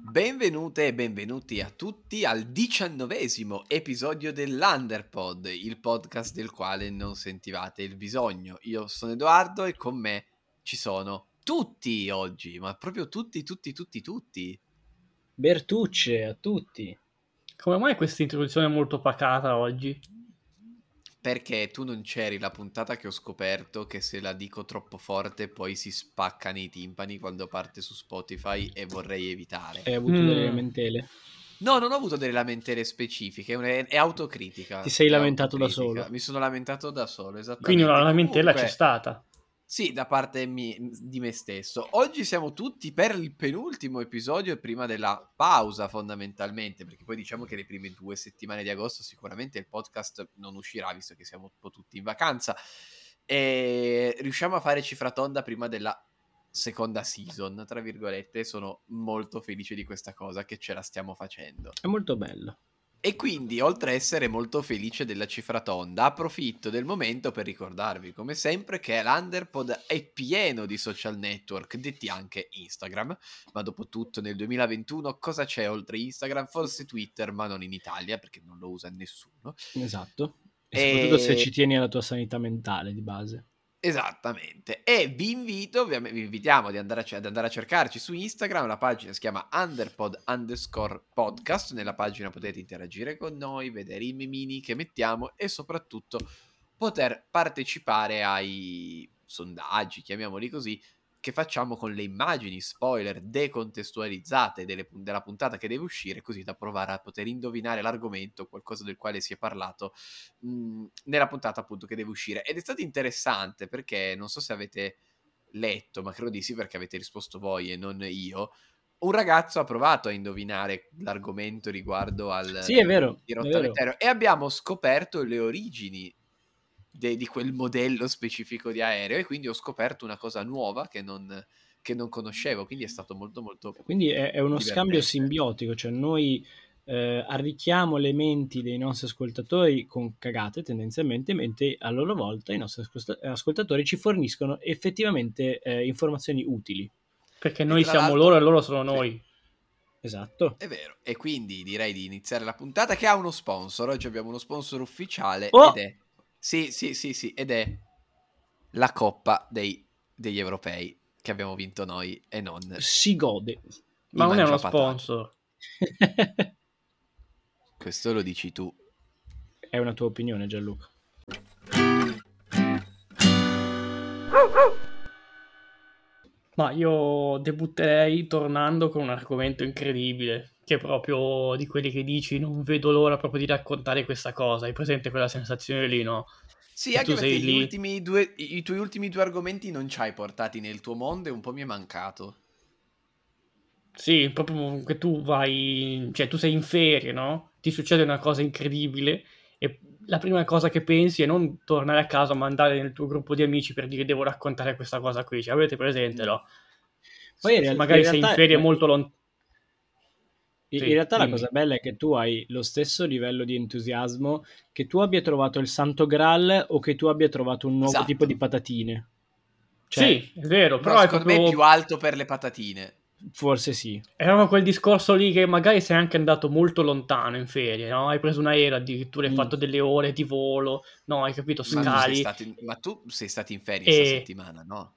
Benvenute e benvenuti a tutti al 19° episodio dell'Underpod, il podcast del quale non sentivate il bisogno. Io sono Edoardo e con me ci sono tutti oggi, ma proprio tutti. Bertucce a tutti. Come mai questa introduzione molto pacata oggi? Perché tu non c'eri la puntata che ho scoperto che se la dico troppo forte poi si spaccano i timpani quando parte su Spotify e vorrei evitare. Hai avuto delle lamentele? No, non ho avuto delle lamentele specifiche, è autocritica. Ti sei È lamentato da autocritica. solo? Mi sono lamentato da solo, esattamente. Quindi una lamentela c'è Comunque, stata. sì, da parte di me stesso. Oggi siamo tutti per il penultimo episodio e prima della pausa, fondamentalmente, perché poi diciamo che le prime 2 settimane di agosto sicuramente il podcast non uscirà, visto che siamo un po' tutti in vacanza. E riusciamo a fare cifra tonda prima della seconda season, tra virgolette. Sono molto felice di questa cosa, che ce la stiamo facendo. È molto bello. E quindi, oltre a essere molto felice della cifra tonda, approfitto del momento per ricordarvi, come sempre, che l'Underpod è pieno di social network, detti anche Instagram, ma dopo tutto nel 2021 cosa c'è oltre Instagram? Forse Twitter, ma non in Italia, perché non lo usa nessuno. Esatto. E soprattutto se ci tieni alla tua sanità mentale di base. Esattamente, e vi invitiamo ad andare a cercarci su Instagram. La pagina si chiama underpod_podcast. Nella pagina potete interagire con noi, vedere i memini che mettiamo e soprattutto poter partecipare ai sondaggi, chiamiamoli così, che facciamo con le immagini spoiler decontestualizzate della puntata che deve uscire, così da provare a poter indovinare l'argomento, qualcosa del quale si è parlato nella puntata appunto che deve uscire. Ed è stato interessante perché non so se avete letto, ma credo di sì perché avete risposto voi e non io. Un ragazzo ha provato a indovinare l'argomento riguardo al Sì, è vero, di è vero. Rotta e abbiamo scoperto le origini di quel modello specifico di aereo, e quindi ho scoperto una cosa nuova che non conoscevo, quindi è stato molto molto Quindi è uno scambio divertente. simbiotico, cioè noi arricchiamo le menti dei nostri ascoltatori con cagate tendenzialmente, mentre a loro volta i nostri ascoltatori ci forniscono effettivamente informazioni utili. Perché E noi tra siamo l'altro, loro e loro sono sì, noi. Esatto. è vero. E quindi direi di iniziare la puntata, che ha uno sponsor. Oggi abbiamo uno sponsor ufficiale Oh! ed è sì, ed è la Coppa degli europei che abbiamo vinto noi e non Si gode. i Ma non è uno mangiapatati. sponsor. Questo lo dici tu. È una tua opinione, Gianluca. Ma io debutterei tornando con un argomento incredibile, che è proprio di quelli che dici non vedo l'ora proprio di raccontare questa cosa. Hai presente quella sensazione lì, no? Sì, Che anche tu perché sei lì. i tuoi ultimi 2 argomenti non ci hai portati nel tuo mondo e un po' mi è mancato. Sì, proprio che tu vai, cioè tu sei in ferie, no? Ti succede una cosa incredibile e la prima cosa che pensi è non tornare a casa, ma andare nel tuo gruppo di amici per dire devo raccontare questa cosa qui. Cioè, avete presente, no? Poi in Magari sei in realtà, ferie molto lontano. in Sì, realtà la cosa dimmi. bella è che tu hai lo stesso livello di entusiasmo, che tu abbia trovato il Santo Graal o che tu abbia trovato un nuovo tipo di Esatto. patatine. Cioè, Sì, è vero, No, però è secondo me è più proprio... alto per le patatine. forse sì. È proprio quel discorso lì che magari sei anche andato molto lontano in ferie, no? Hai preso un aereo, addirittura hai fatto delle ore di volo, no? Hai capito? Ma tu sei Scali stato in ferie sta e... settimana, no?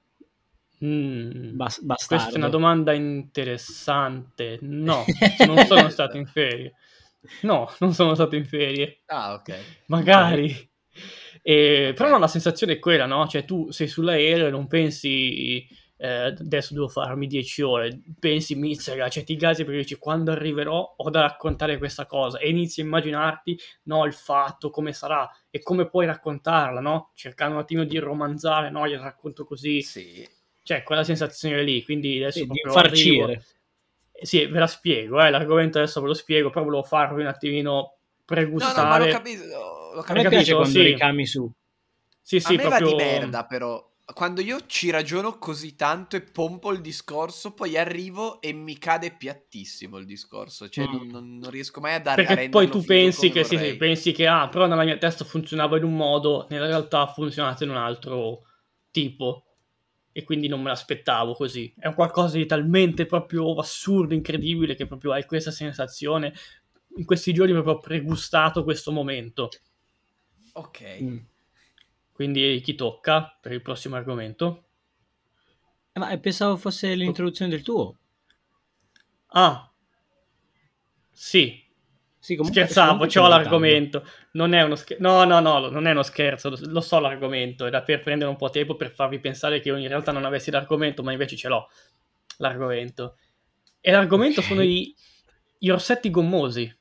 Questa è una Bastardo. domanda interessante. No, non sono stato in ferie. No, non sono stato in ferie. Ah, ok. Magari. Ok. Però no, la sensazione è quella, no? Cioè tu sei sull'aereo e non pensi adesso devo farmi 10 ore, pensi mizzega, cioè ti gasi perché dici quando arriverò ho da raccontare questa cosa e inizi a immaginarti, no, il fatto, come sarà e come puoi raccontarla, no? Cercando un attimo di romanzare, no, gliela racconto così. Sì. Cioè, quella sensazione lì, quindi adesso Sì, di proprio arrivo. infarcire. Sì, ve la spiego, l'argomento adesso ve lo spiego, però volevo farvi un attimino No, ma l'ho pregustare. capito, l'ho A Hai me capito. piace capito? quando Sì, ricami su. sì, A sì, me va di proprio... merda, però. Quando io ci ragiono così tanto e pompo il discorso, poi arrivo e mi cade piattissimo il discorso. Cioè, non riesco mai a Perché poi renderlo tu figo pensi come che, sì, sì, vorrei. pensi che, però nella mia testa funzionava in un modo, nella realtà ha funzionato in un altro tipo. e quindi non me l'aspettavo così. È un qualcosa di talmente proprio assurdo, incredibile, che proprio hai questa sensazione. In questi giorni proprio ho pregustato questo momento. Ok. Quindi chi tocca per il prossimo argomento? Ma pensavo fosse l'introduzione del tuo. Ah, sì. Sì, Scherzavo, comunque c'ho puoi agitarlo. l'argomento. Non è uno scherzo. No, no, no, non è uno scherzo. Lo so l'argomento. Era per prendere un po' tempo per farvi pensare che io in realtà non avessi l'argomento, ma invece ce l'ho. L'argomento. E l'argomento sono Ok. gli orsetti gommosi.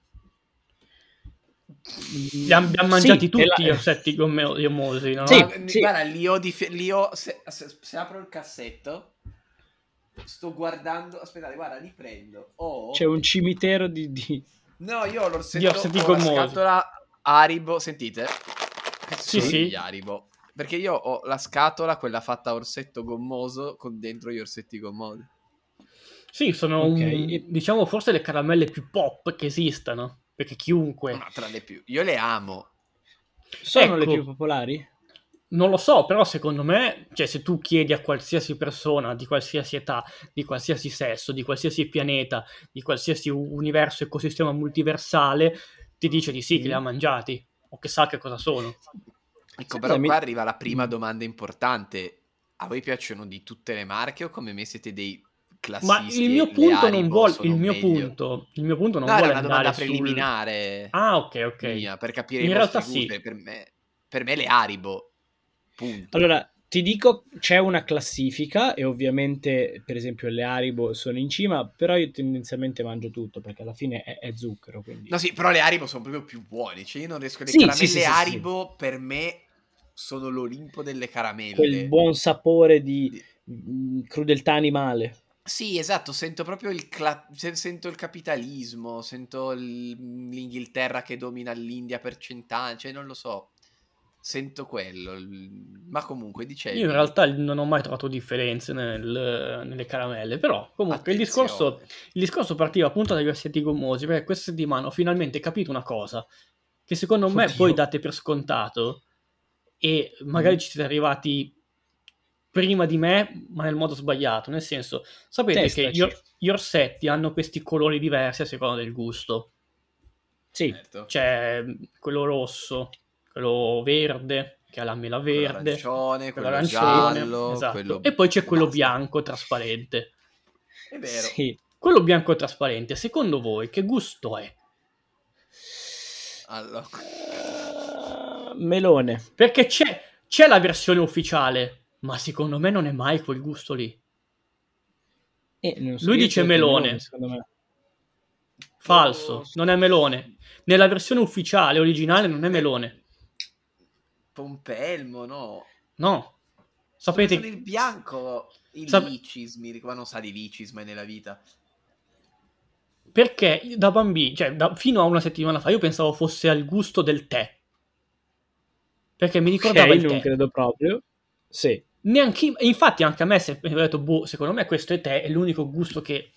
Li abbiamo Sì, mangiati tutti gli orsetti gommosi, sì, no? sì. Guarda, se apro il cassetto, sto guardando. Aspettate, guarda, li prendo. C'è un cimitero di... No, io ho Gli l'orsetto, orsetti ho la gommosi. scatola Haribo. Sentite? Questi Sì, sono Sì. gli sì. Haribo. Perché io ho la scatola, quella fatta a orsetto gommoso, con dentro gli orsetti gommosi. Sì, sono Ok. E diciamo forse le caramelle più pop che esistano. Perché chiunque. Ma tra le più. Io le amo. sono le più Ecco, popolari? non lo so, però secondo me, cioè se tu chiedi a qualsiasi persona di qualsiasi età, di qualsiasi sesso, di qualsiasi pianeta, di qualsiasi universo, ecosistema multiversale, ti dice di sì, che li ha Mm. mangiati, o che sa che cosa sono. Ecco, Sai cosa però qua arriva la prima Mm. domanda importante. A voi piacciono di tutte le marche o come me siete dei Ma il classisti e mio le punto non Haribo vuole, sono meglio? il mio punto non No, era vuole una domanda andare sul... preliminare Ah, ok, ok. mia, per capire i In realtà vostri gusti. sì. Per me le Haribo, punto. Allora, ti dico, c'è una classifica e ovviamente, per esempio, le Haribo sono in cima, però io tendenzialmente mangio tutto perché alla fine è zucchero, quindi... No, sì, però le Haribo sono proprio più buone. Cioè, io non riesco. Le Sì, sì, sì, caramelle sì, sì. Haribo per me sono l'Olimpo delle Quel caramelle. buon sapore di Di- crudeltà animale. Sì, esatto, sento proprio sento il capitalismo, sento l'Inghilterra che domina l'India per cent'anni, cioè non lo so, sento quello. Ma comunque, Io in dicevi, realtà non ho mai trovato differenze nelle caramelle, però comunque attenzione. il discorso partiva appunto dagli orsetti gommosi, perché questa settimana ho finalmente capito una cosa, che secondo me voi Oddio. date per scontato, e magari Mm. ci siete arrivati prima di me, ma nel modo sbagliato, nel senso, sapete che Testaci. gli orsetti hanno questi colori diversi a seconda del gusto. Sì, Certo, C'è quello rosso, quello verde, che ha la mela quello verde, arancione, quello quello arancione, giallo, esatto, e quello poi c'è quello basta. bianco trasparente. È vero. sì. Quello bianco trasparente, secondo voi che gusto è? Allora, Melone. Perché c'è la versione ufficiale, ma secondo me non è mai quel gusto lì. Non so, Lui io ti dice ho detto melone, melone, secondo me. falso, non è melone. Nella versione ufficiale, originale, non è aspetta, melone. Pompelmo, no. No. Sto pensando Sapete... il bianco, il sap- licis, ma non sa di licis mai nella vita. perché da bambino, cioè fino a una settimana fa, io pensavo fosse al gusto del tè. Perché mi Ok, ricordava il non tè. credo proprio. Sì, Neanche, e infatti anche a me mi ho detto, boh, secondo me questo è tè, è l'unico gusto che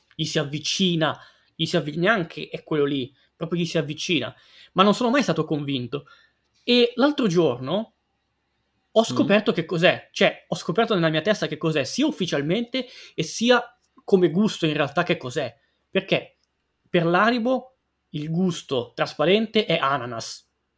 neanche è quello lì, proprio gli si avvicina. Ma non sono mai stato convinto. E l'altro giorno ho Mm. scoperto che cos'è, cioè ho scoperto nella mia testa che cos'è, sia ufficialmente e sia come gusto in realtà che cos'è. Perché per l'Haribo il gusto trasparente è ananas,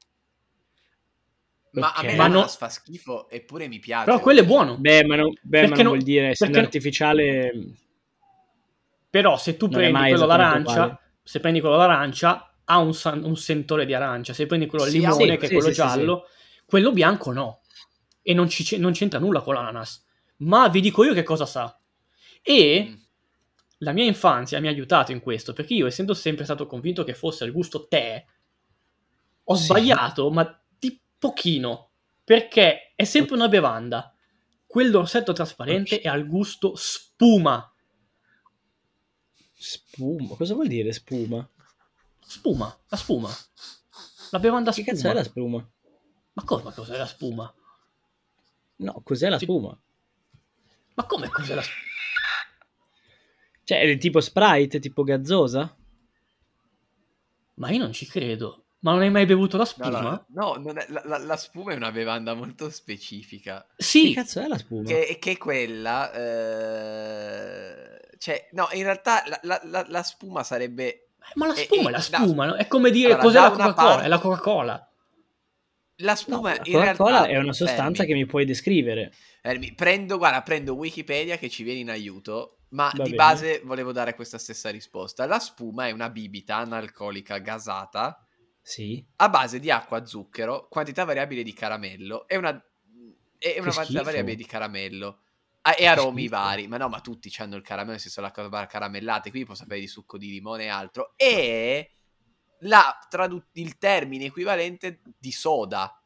Ma a Ok. me ma no, l'ananas fa schifo, eppure mi però piace, quello devo è dire. buono. Ma Perché, non vuol dire, essendo perché artificiale, però se tu non è prendi mai quello esattamente all'arancia, uguale. se prendi quello all'arancia ha un sentore di arancia, se prendi quello al Sì, ha limone, Sì, che è sì, quello sì, sì, sì. giallo, quello bianco no. E non c'entra nulla con l'ananas. Ma vi dico io che cosa sa. Mm, E la mia infanzia mi ha aiutato in questo, perché io, essendo sempre stato convinto che fosse il gusto tè, ho Sì. sbagliato, ma di pochino, perché è O- sempre una bevanda. Quell'orsetto trasparente è ok. al gusto spuma. Spuma. Cosa vuol dire spuma? Spuma, la spuma. La bevanda Che cazzo è spuma. la spuma? Ma come cos'è la spuma? No, cos'è la Ti- spuma? Ma come cos'è la spuma? Cioè, è tipo Sprite, tipo gazzosa? Ma io non ci credo. Ma non hai mai bevuto la No, spuma? non è, la spuma è una bevanda molto specifica. Che Sì, cazzo è la spuma? Che è quella... cioè, no, in realtà la spuma sarebbe... ma la spuma è la no, spuma, no? È come dire allora, cos'è da la una Coca-Cola, è la parte... Coca-Cola. La No, spuma la in Coca-Cola realtà... è una sostanza Fermi. che mi puoi descrivere. Prendo Wikipedia che ci viene in aiuto, ma Va di bene. base volevo dare questa stessa risposta. La spuma è una bibita analcolica gasata Sì. a base di acqua, zucchero, quantità variabile di caramello e una Che quantità schifo. variabile di caramello e Ma che aromi schifo. vari. Ma no, ma tutti hanno il caramello, nel senso la cosa caramellate, qui può sapere di succo di limone e altro. E il termine equivalente di soda.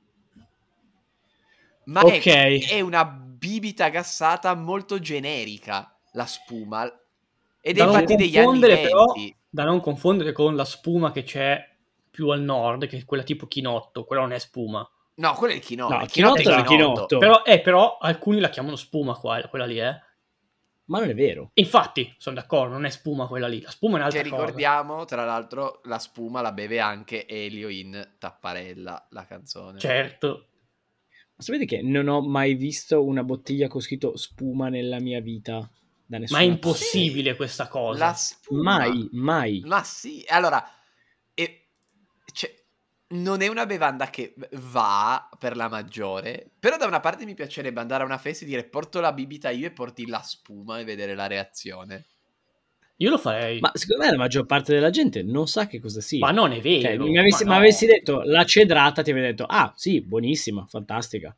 Ma Ok. è una bibita gassata molto generica, la spuma. Ed è Da non infatti degli anni confondere però, 20. da non confondere con la spuma che c'è più al nord, che è quella tipo chinotto, quella non è spuma. No, quello è il chinotto. No, Il chinotto è chinotto è il chinotto. chinotto. Però alcuni la chiamano spuma quella lì, eh. Ma non è vero. Infatti, sono d'accordo, non è spuma quella lì, la spuma è Che un'altra cosa. ricordiamo, tra l'altro, la spuma la beve anche Elio in Tapparella, la canzone. Certo. Ma sapete che non ho mai visto una bottiglia con scritto spuma nella mia vita da Ma è nessuna impossibile Sì, questa cosa. la parte? spuma. Mai. Ma sì, allora, cioè, non è una bevanda che va per la maggiore, però da una parte mi piacerebbe andare a una festa e dire porto la bibita io e porti la spuma e vedere la reazione. Io lo farei. Ma secondo me la maggior parte della gente non sa che cosa sia. Ma non è Cioè, vero. mi Ma avessi no. detto la cedrata, ti avrei detto, ah sì, buonissima, fantastica.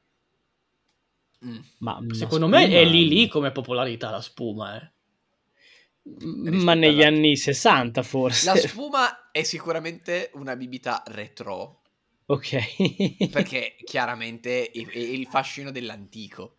Ma una Secondo me è spuma... lì come popolarità la spuma, eh. Ma Rispetto negli alla... anni 60 La forse. spuma è sicuramente una bibita retro, Ok. perché chiaramente è il fascino dell'antico.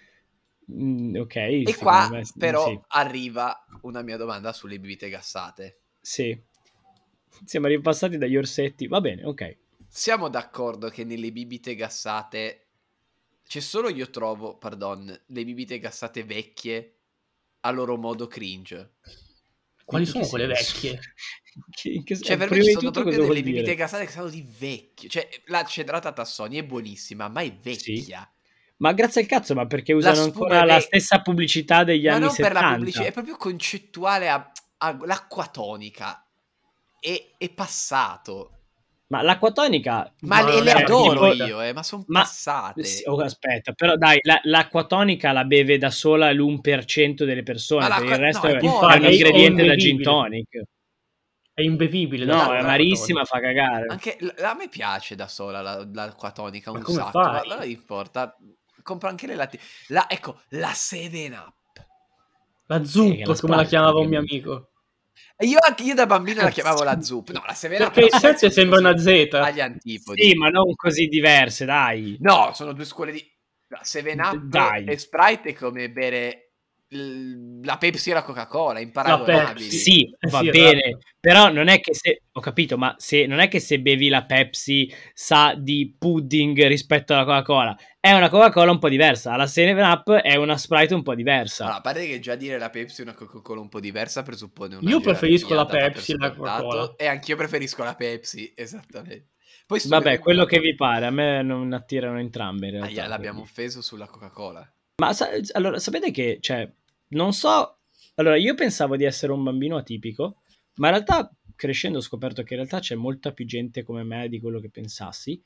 Ok, E secondo qua me sì. però arriva una mia domanda sulle bibite gassate. Sì. Siamo ripassati dagli orsetti. Va bene, ok. Siamo d'accordo che nelle bibite gassate c'è solo io trovo, le bibite gassate vecchie a loro modo cringe. Quali In che sono quelle senso? vecchie? Cioè, per me Prima ci di sono tutto proprio cosa vuol delle bibite dire? gassate che sono di vecchio. Cioè, la cedrata Tassoni è buonissima, ma è Sì. vecchia. Ma grazie al cazzo, ma perché La usano spuma è ancora la stessa pubblicità degli ma anni non per la pubblicità, 70? è proprio concettuale all'acqua tonica. È passato. Ma l'acqua tonica, Ma Ma non le è adoro tipo, io, ma sono ma sì, passate. oh, aspetta, però dai, l'acqua tonica la beve da sola l'1% delle Ma persone, per il l'acqua... No, resto è è buona, un Infatti io è ingrediente da so... gin imbevibile. tonic. È imbevibile da No, è sola l'acqua amarissima, tonica. fa cagare. Anche a me piace da sola l'acqua tonica Ma un come sacco, fai? ma non importa. Compro anche le latte. Ecco, la 7up. La Che è la zup, come la Sprite chiamava un mio praticamente. amico. E anche io da bambino la chiamavo la zup. No, la 7up Perché no, il la 7 zup sembra così, una Z. agli antipodi. Sì, ma non così diverse, dai. No, sono due scuole di... La 7up Dai. e Sprite è come bere la Pepsi e la Coca-Cola, La imparagonabili. Pepsi. Sì, va Sì, bene, esatto. però non è che se ho capito, ma se non è che se bevi la Pepsi sa di pudding rispetto alla Coca-Cola, è una Coca-Cola un po' diversa, la 7up è una Sprite un po' diversa. Allora, a parte che già dire la Pepsi è una Coca-Cola un po' diversa presuppone una Io preferisco gerarchia la data per Pepsi alla Coca-Cola. scontato e anch'io preferisco la Pepsi, esattamente. Poi sto Vabbè, bevendo quello una che vi pare, a me non attirano entrambe in realtà, l'abbiamo quindi. offeso sulla Coca-Cola. Ma allora, sapete che, cioè, non so, allora io pensavo di essere un bambino atipico, ma in realtà crescendo ho scoperto che in realtà c'è molta più gente come me di quello che pensassi.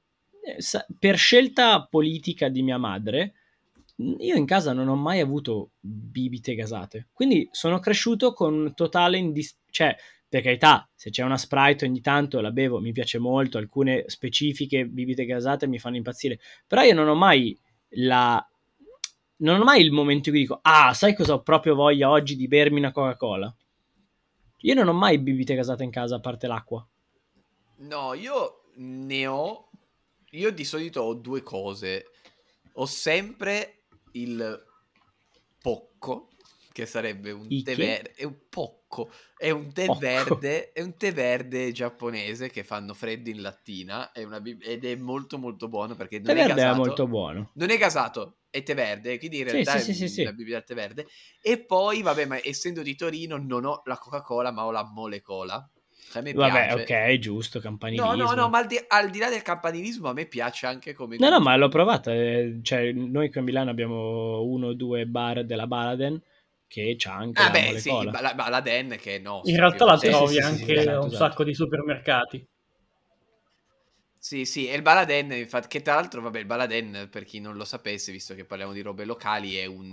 Per scelta politica di mia madre, io in casa non ho mai avuto bibite gasate, quindi sono cresciuto con totale cioè, per carità, se c'è una Sprite ogni tanto la bevo, mi piace molto, alcune specifiche bibite gasate mi fanno impazzire, però io non ho mai il momento in cui dico, ah, sai cosa ho proprio voglia oggi di bermi una Coca-Cola? Io non ho mai bibite gasate in casa, a parte l'acqua. No, io ne ho... Io di solito ho due cose. Ho sempre il pocco, che sarebbe un tè Che? verde, è un pocco, Pocco. è un tè verde giapponese che fanno freddo in lattina, ed è molto molto buono perché Tè verde è molto buono. non è gasato, è tè verde, quindi in Sì, realtà sì, è sì, sì, una sì. bibita al tè verde. E poi, vabbè, ma essendo di Torino non ho la Coca-Cola, ma ho la Mole Cola. Cioè, a me Vabbè, piace. ok, giusto, No, campanilismo. ma al di là del campanilismo a me piace anche come No, gusto. ma l'ho provata. Cioè, noi qui a Milano abbiamo 1 o 2 bar della Baladen che c'ha anche Ah la beh, mole sì, cola. la Den che è In nostra, più realtà o la Sì, sì, meno. trovi sì, sì, sì, anche a esatto, un esatto. sacco di supermercati. Sì, e il Baladen, infatti, che tra l'altro, vabbè, il Baladen, per chi non lo sapesse, visto che parliamo di robe locali, è un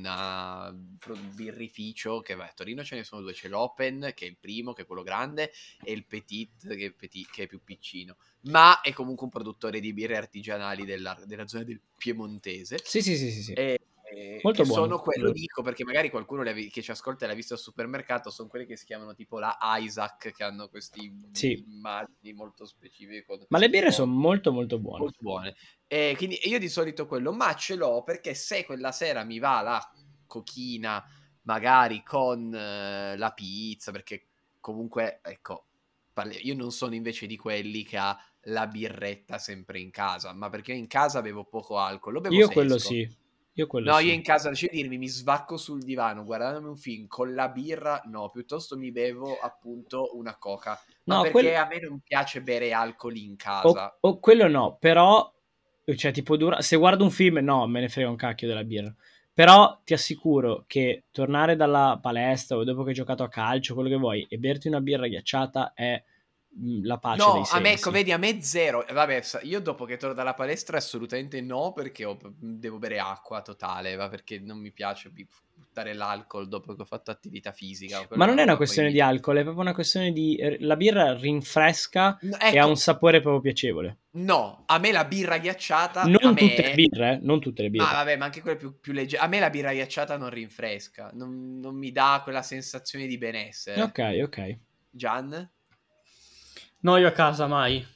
birrificio che a Torino ce ne sono due, c'è l'Open, che è il primo, che è quello grande, e il che è più piccino, ma è comunque un produttore di birre artigianali della zona del Piemontese, Sì, sì, sì, sì, sì. e, che Molto sono buono. quello dico perché magari qualcuno che ci ascolta e l'ha visto al supermercato, sono quelli che si chiamano tipo la Isaac, che hanno queste Sì. immagini molto specifiche con Ma le birre sono foto molto, molto buone. molto buone. E quindi io di solito quello, ma ce l'ho perché se quella sera mi va la cochina, magari con la pizza, perché comunque, ecco, io non sono invece di quelli che ha la birretta sempre in casa, ma perché in casa bevo poco alcol, lo bevo Io se quello esco. sì. Io quello No, io sì. in casa, lasci dirmi, mi svacco sul divano guardandomi un film con la birra, no, piuttosto mi bevo appunto una coca, ma No, perché a me non piace bere alcol in casa. o quello no, però, cioè, tipo, se guardo un film, no, me ne frega un cacchio della birra. Però ti assicuro che tornare dalla palestra o dopo che hai giocato a calcio, quello che vuoi, e berti una birra ghiacciata è la pace dei No, a me, ecco, sensi. vedi, a me zero. Vabbè, io dopo che torno dalla palestra assolutamente no, perché devo bere acqua totale, va, perché non mi piace buttare l'alcol dopo che ho fatto attività fisica. Ma Quella è non una è una roba poi questione mi... di alcol, è proprio una questione di... La birra rinfresca e ha un Ecco, sapore proprio piacevole. no, a me la birra ghiacciata, a Non tutte le me... birre, non tutte le Ma birre. vabbè, ma anche quelle più leggere. A me la birra ghiacciata non rinfresca, non mi dà quella sensazione di benessere. Ok, ok. Gian? No, io a casa mai.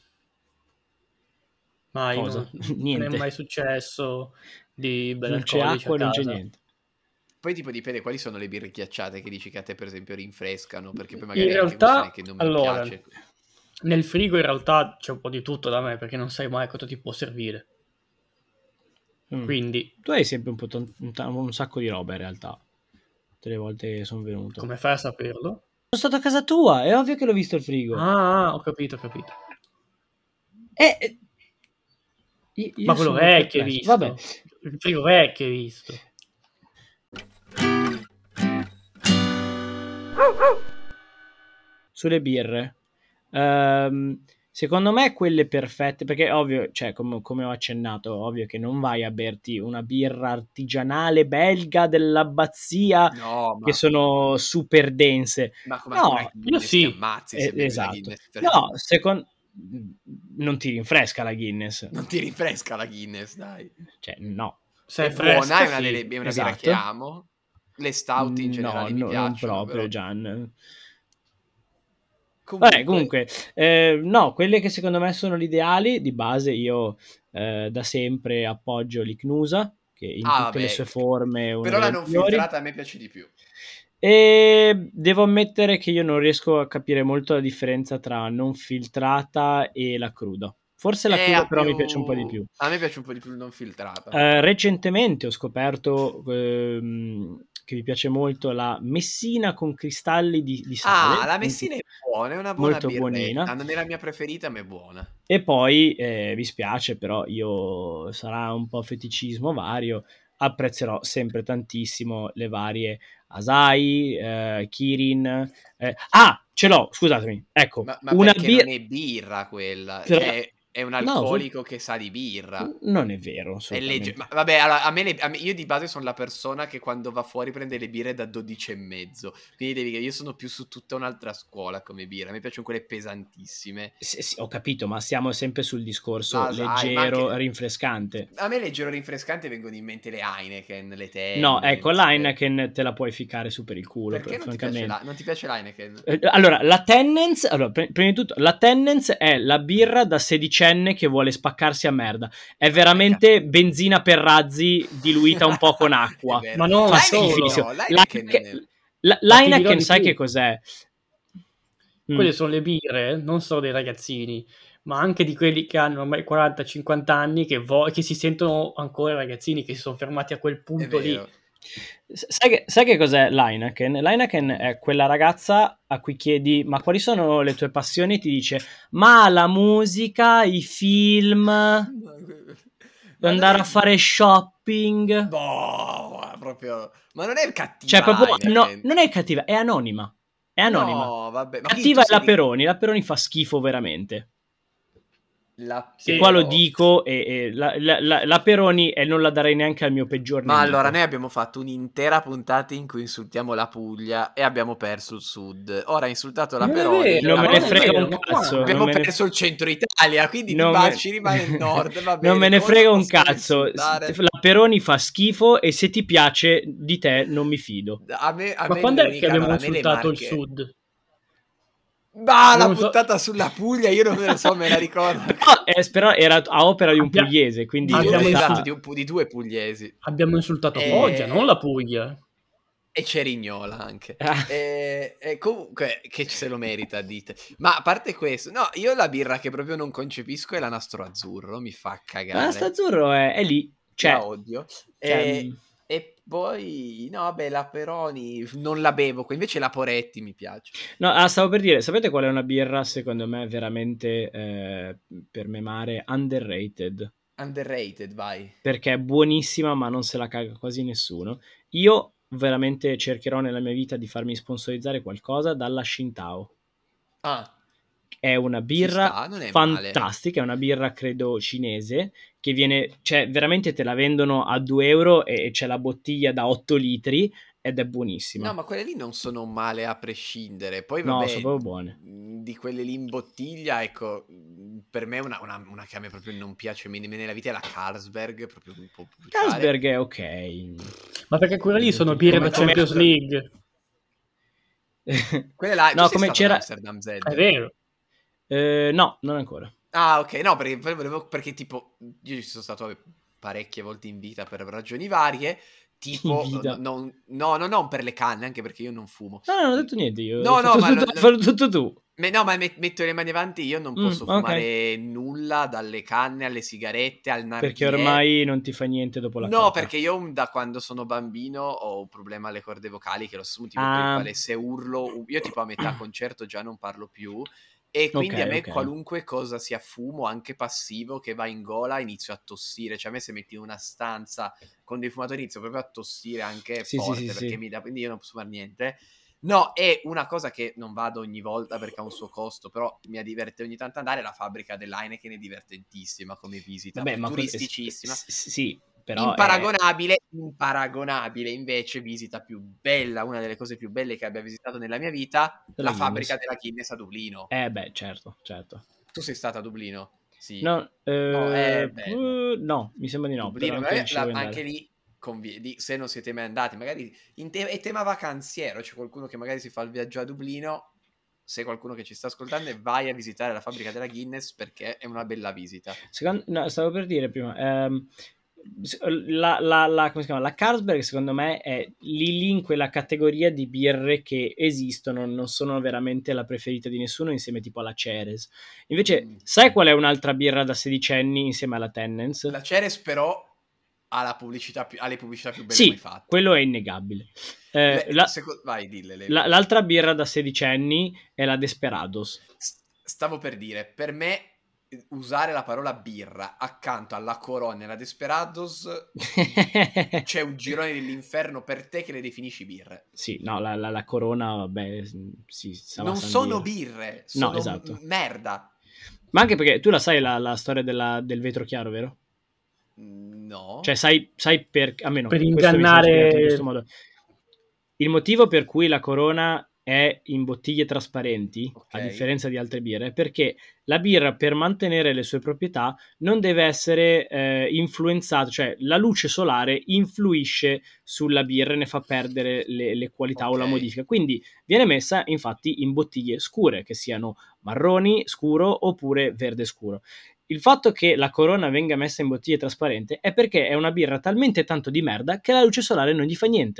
Mai, Cosa? non è Niente. mai successo di bere Non c'è alcolici a acqua, non c'è casa. niente. Poi tipo dipende quali sono le birre ghiacciate che dici che a te per esempio rinfrescano, perché poi In magari è anche questione realtà, che non mi allora, piace. nel frigo in realtà c'è un po' di tutto da me, perché non sai mai cosa ti può servire. Mm. Quindi, Tu hai sempre un sacco di roba in realtà. Tutte le volte che sono venuto. come fai a saperlo? Sono stato a casa tua, è ovvio che l'ho visto il frigo. Ho capito, ho capito. Eh, Ma io quello sono vecchio hai perplesso. Vabbè. visto. Il frigo vecchio hai visto. Sulle birre. Secondo me quelle perfette, perché ovvio, cioè come ho accennato, ovvio che non vai a berti una birra artigianale belga dell'abbazia No, che sono super dense. ma come anche una No, Io Guinness ti sì. ammazzi se bevi una esatto. Guinness, però No, non ti rinfresca la Guinness. non ti rinfresca la Guinness, dai. Cioè, no. È Se è buona, fresca, sì. è una birra che Esatto. amo. Le stout in No, generale mi non piacciono, proprio, però Gian. Vabbè, comunque... comunque, no, quelle che secondo me sono l'ideali, di base io da sempre appoggio l'Icnusa, che in Ah, tutte le vabbè, sue forme è una però la delle non migliori. filtrata a me piace di più. E devo ammettere che io non riesco a capire molto la differenza tra non filtrata e la cruda. Forse la cruda però mi piace un po' di più. A me piace un po' di più il non filtrata. Recentemente ho scoperto che mi piace molto la Messina con cristalli di Ah, sale, la Messina è buona, è una buona molto buonina. birretta. Non è la mia preferita, ma è buona. E poi mi spiace, però io sarà un po' feticismo vario. Apprezzerò sempre tantissimo le varie Asahi, Kirin. Ce l'ho, scusatemi. Ecco, Ma una perché non birra. è birra quella? Cioè, è un No, alcolico che sa di birra. non è vero, È Ma assolutamente. vabbè, allora, io di base sono la persona che quando va fuori prende le birre da 12,5. Quindi io sono più su tutta un'altra scuola come birra. Mi piacciono quelle pesantissime. Sì, sì, ho capito, ma siamo sempre sul discorso La sai, ma leggero, anche... rinfrescante. A me leggero rinfrescante vengono in mente le Heineken, le No, ecco, Tennent's. l'Heineken te la puoi ficcare su per il culo, Perché francamente. non ti piace l'Heineken? Allora, la Tennent's, allora, prima di tutto, la Tennent's è la birra da sedicenne che vuole spaccarsi a merda. È Ma che veramente cazzo? benzina per razzi diluita un po' con È acqua. vero. Ma non Fa L'Heineken solo. schifissimo. no, l'Heineken... Ma ti dirò L'Heineken, di sai più. che cos'è? Mm. Quelle sono le birre, non solo dei ragazzini, ma anche di quelli che hanno ormai 40-50 anni che si sentono ancora ragazzini, che si sono fermati a quel È punto lì. vero. Sai che cos'è l'Heineken? L'Heineken è quella ragazza a cui chiedi ma quali sono le tue passioni e ti dice ma la musica, i film, Ma non andare è... a fare shopping. Boh, proprio... Ma non è Cioè, cattiva proprio l'Heineken. non è cattiva, è anonima. È anonima. No, vabbè. Ma quindi tu Cattiva è sei la di... Peroni. La Peroni fa schifo veramente. La E qua lo però... dico, e la Peroni e non la darei neanche al mio peggior Ma allora, nemico. noi abbiamo fatto un'intera puntata in cui insultiamo la Puglia e abbiamo perso il sud. Ora ha insultato la Non è Peroni, vero, Non me ne non è frega abbiamo, vero, un ma cazzo. quando? Non abbiamo me ne, perso il centro Italia, quindi non me- ci rimane il nord. Va non me bene, ne cosa frega un possiamo cazzo. insultare? La Peroni fa schifo e se ti piace di te non mi fido. A Ma me quando è che l'unica... abbiamo Allora, a me le insultato il Marche... sud? Bah, Io la non so. puntata sulla Puglia, io non me lo so, me la ricordo. Però era a opera di un Abbia- pugliese, quindi in abbiamo Esatto, realtà... insul- di due pugliesi. abbiamo insultato Foggia, non E... la Puglia. E Cerignola anche. Ah, E comunque, che se lo merita, dite. Ma a parte questo, no, io la birra che proprio non concepisco è la Nastro Azzurro, mi fa ma cagare. Stazzurro è lì. La Cioè, odio. cioè, E poi, no, vabbè, la Peroni non la bevo, invece la Poretti mi piace. no, stavo per dire, sapete qual è una birra secondo me veramente per memare underrated? Underrated, vai. Perché è buonissima ma non se la caga quasi nessuno. Io veramente cercherò nella mia vita di farmi sponsorizzare qualcosa dalla Shintao. Ah, È una ci birra sta, non è male. fantastica, è una birra credo cinese che viene, cioè veramente te la vendono a 2 euro e c'è la bottiglia da 8 litri ed è No, buonissima. ma quelle lì non sono male a prescindere. Poi, No, sono vabbè, proprio buone. di quelle lì in bottiglia, ecco, per me una che a me proprio non piace nella vita è la Carlsberg, proprio un po' bruciare. Carlsberg è ok. Ma perché quelle lì sono birre da Come Champions League. quelle là, tu No, sei come stato ad c'era... Amsterdam, È Zed? vero. No, non ancora. Ah, ok, no, perché poi perché tipo, io ci sono stato vabbè, parecchie volte in vita per ragioni varie, In tipo, vita. no, non per le canne, anche perché io non fumo. No, non ho detto niente io. No, no, ma... Hai fatto tutto tu. No, ma metto le mani avanti, io non posso Ok. fumare nulla, dalle canne alle sigarette, al Perché narghilè. ormai non ti fa niente dopo la No, coca. perché io da quando sono bambino ho un problema alle corde vocali, che è lo stesso motivo per il Ah, quale se urlo, io tipo a metà concerto già non parlo più, e ok, quindi a me ok. qualunque cosa sia fumo, anche passivo, che va in gola, inizio a tossire. Cioè a me se metti in una stanza con dei fumatori inizio proprio a tossire anche Sì, sì, forte, sì, perché sì. mi dà... Quindi io non posso fare niente. No, è una cosa che non vado ogni volta perché ha un suo costo, però mi diverte ogni tanto andare. La fabbrica dell'Heineken è divertentissima come visita, Vabbè, ma turisticissima. sì, però è Imparagonabile invece visita più bella, una delle cose più belle che abbia visitato nella mia vita, della la fabbrica Guinness. della Guinness a Dublino. Beh, certo, certo. Tu sei stata a Dublino? Sì. No, No, è bello. no, mi sembra di no, però Dublino, anche lì ci devo anche andare. lì, se non siete mai andati, magari è tema vacanziero, c'è qualcuno che magari si fa il viaggio a Dublino, se qualcuno che ci sta ascoltando, e vai a visitare la fabbrica della Guinness perché è una bella visita. No, stavo per dire prima, come si chiama? La Carlsberg secondo me è lì in quella categoria di birre che esistono, non sono veramente la preferita di nessuno insieme tipo alla Ceres. Invece, sai qual è un'altra birra da sedicenni insieme alla Tennent's? La Ceres però ha alle pubblicità più belle mai Sì, fatte. quello è innegabile. Vai, dille. L'altra birra da sedicenni è la Desperados. Stavo per dire, per me usare la parola birra accanto alla Corona e alla Desperados c'è un girone dell'inferno per te che le definisci birre. Sì, no, la Corona, vabbè, sì, Non sono birre, no, sono esatto. merda. Ma anche perché tu la sai la storia del vetro chiaro, vero? No. Cioè, sai per... almeno Per questo mi è stato spiegato in questo ingannare. modo. Il motivo per cui la Corona è in bottiglie trasparenti, Ok. a differenza di altre birre, è perché la birra per mantenere le sue proprietà non deve essere influenzata, cioè la luce solare influisce sulla birra e ne fa perdere le qualità o la Ok. modifica. Quindi viene messa infatti in bottiglie scure, che siano marroni scuro oppure verde scuro. Il fatto che la Corona venga messa in bottiglie trasparente è perché è una birra talmente tanto di merda che la luce solare non gli fa niente.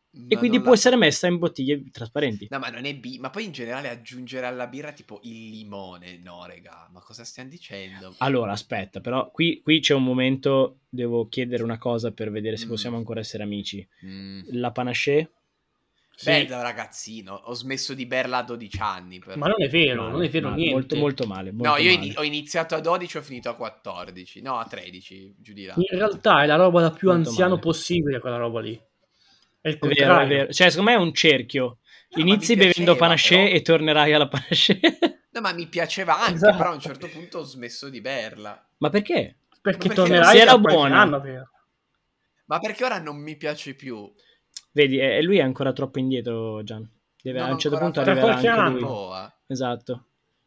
E Ma quindi non può la essere so. messa in bottiglie trasparenti. No, ma non è ma poi in generale aggiungere alla birra tipo il limone. No, raga, ma cosa stiamo dicendo? Allora, aspetta, però qui c'è un momento, devo chiedere una cosa per vedere se Mm, possiamo ancora essere amici. mm. La panaché? Beh, Sì, da ragazzino, ho smesso di berla a 12 anni, ma però. non è Male, vero male, molto niente. molto male, No, molto io male. ho iniziato a 12 e ho finito a 14. No, a 13, giù di là. In realtà è la roba da più Molto anziano male. possibile quella roba lì. È il È contrario. vero. Cioè, secondo me è un cerchio. No, ma mi Inizi bevendo piaceva, panaché però. e tornerai alla panaché. No, ma mi piaceva anche, però a un Esatto. certo punto ho smesso di berla. Ma perché? Ma Perché perché non Se tornerai mi... era tra qualche buona. anno, vero? Ma perché ora non mi piace più? Vedi, e lui è ancora troppo indietro, Gian. Non A ho un certo ancora punto Tra fatto arriverà il qualche anche lui. anno. Balboa. Esatto.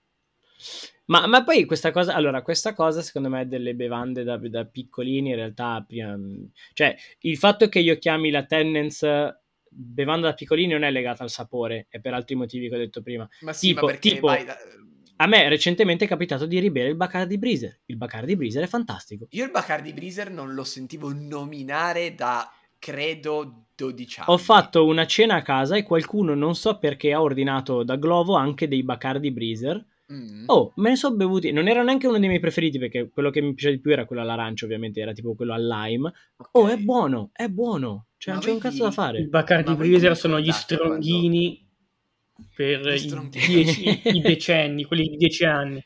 Ma poi questa cosa, allora, questa cosa secondo me delle bevande da piccolini in realtà, cioè il fatto che io chiami la Tennent's bevanda da piccolini non è legata al sapore, è per altri motivi che ho detto prima. Ma sì, ma perché vai Tipo, a me recentemente è capitato di ribere il Bacardi Breezer. Il Bacardi Breezer è fantastico. Io il Bacardi Breezer non lo sentivo nominare da, credo, 12 Ho anni. fatto una cena a casa e qualcuno, non so perché, ha ordinato da Glovo anche dei Bacardi Breezer. Mm, Oh, me ne so bevuti. Non era neanche uno dei miei preferiti perché quello che mi piaceva di più era quello all'arancio, ovviamente, era tipo quello al lime. ok. Oh, è buono, è buono. Cioè, Ma non c'è voi un cazzo da Il fare. Bacardi ma voi vi Breezer sono gli ricordate quando... stronghini per Gli i stronghi... i decenni, quelli di 10 anni.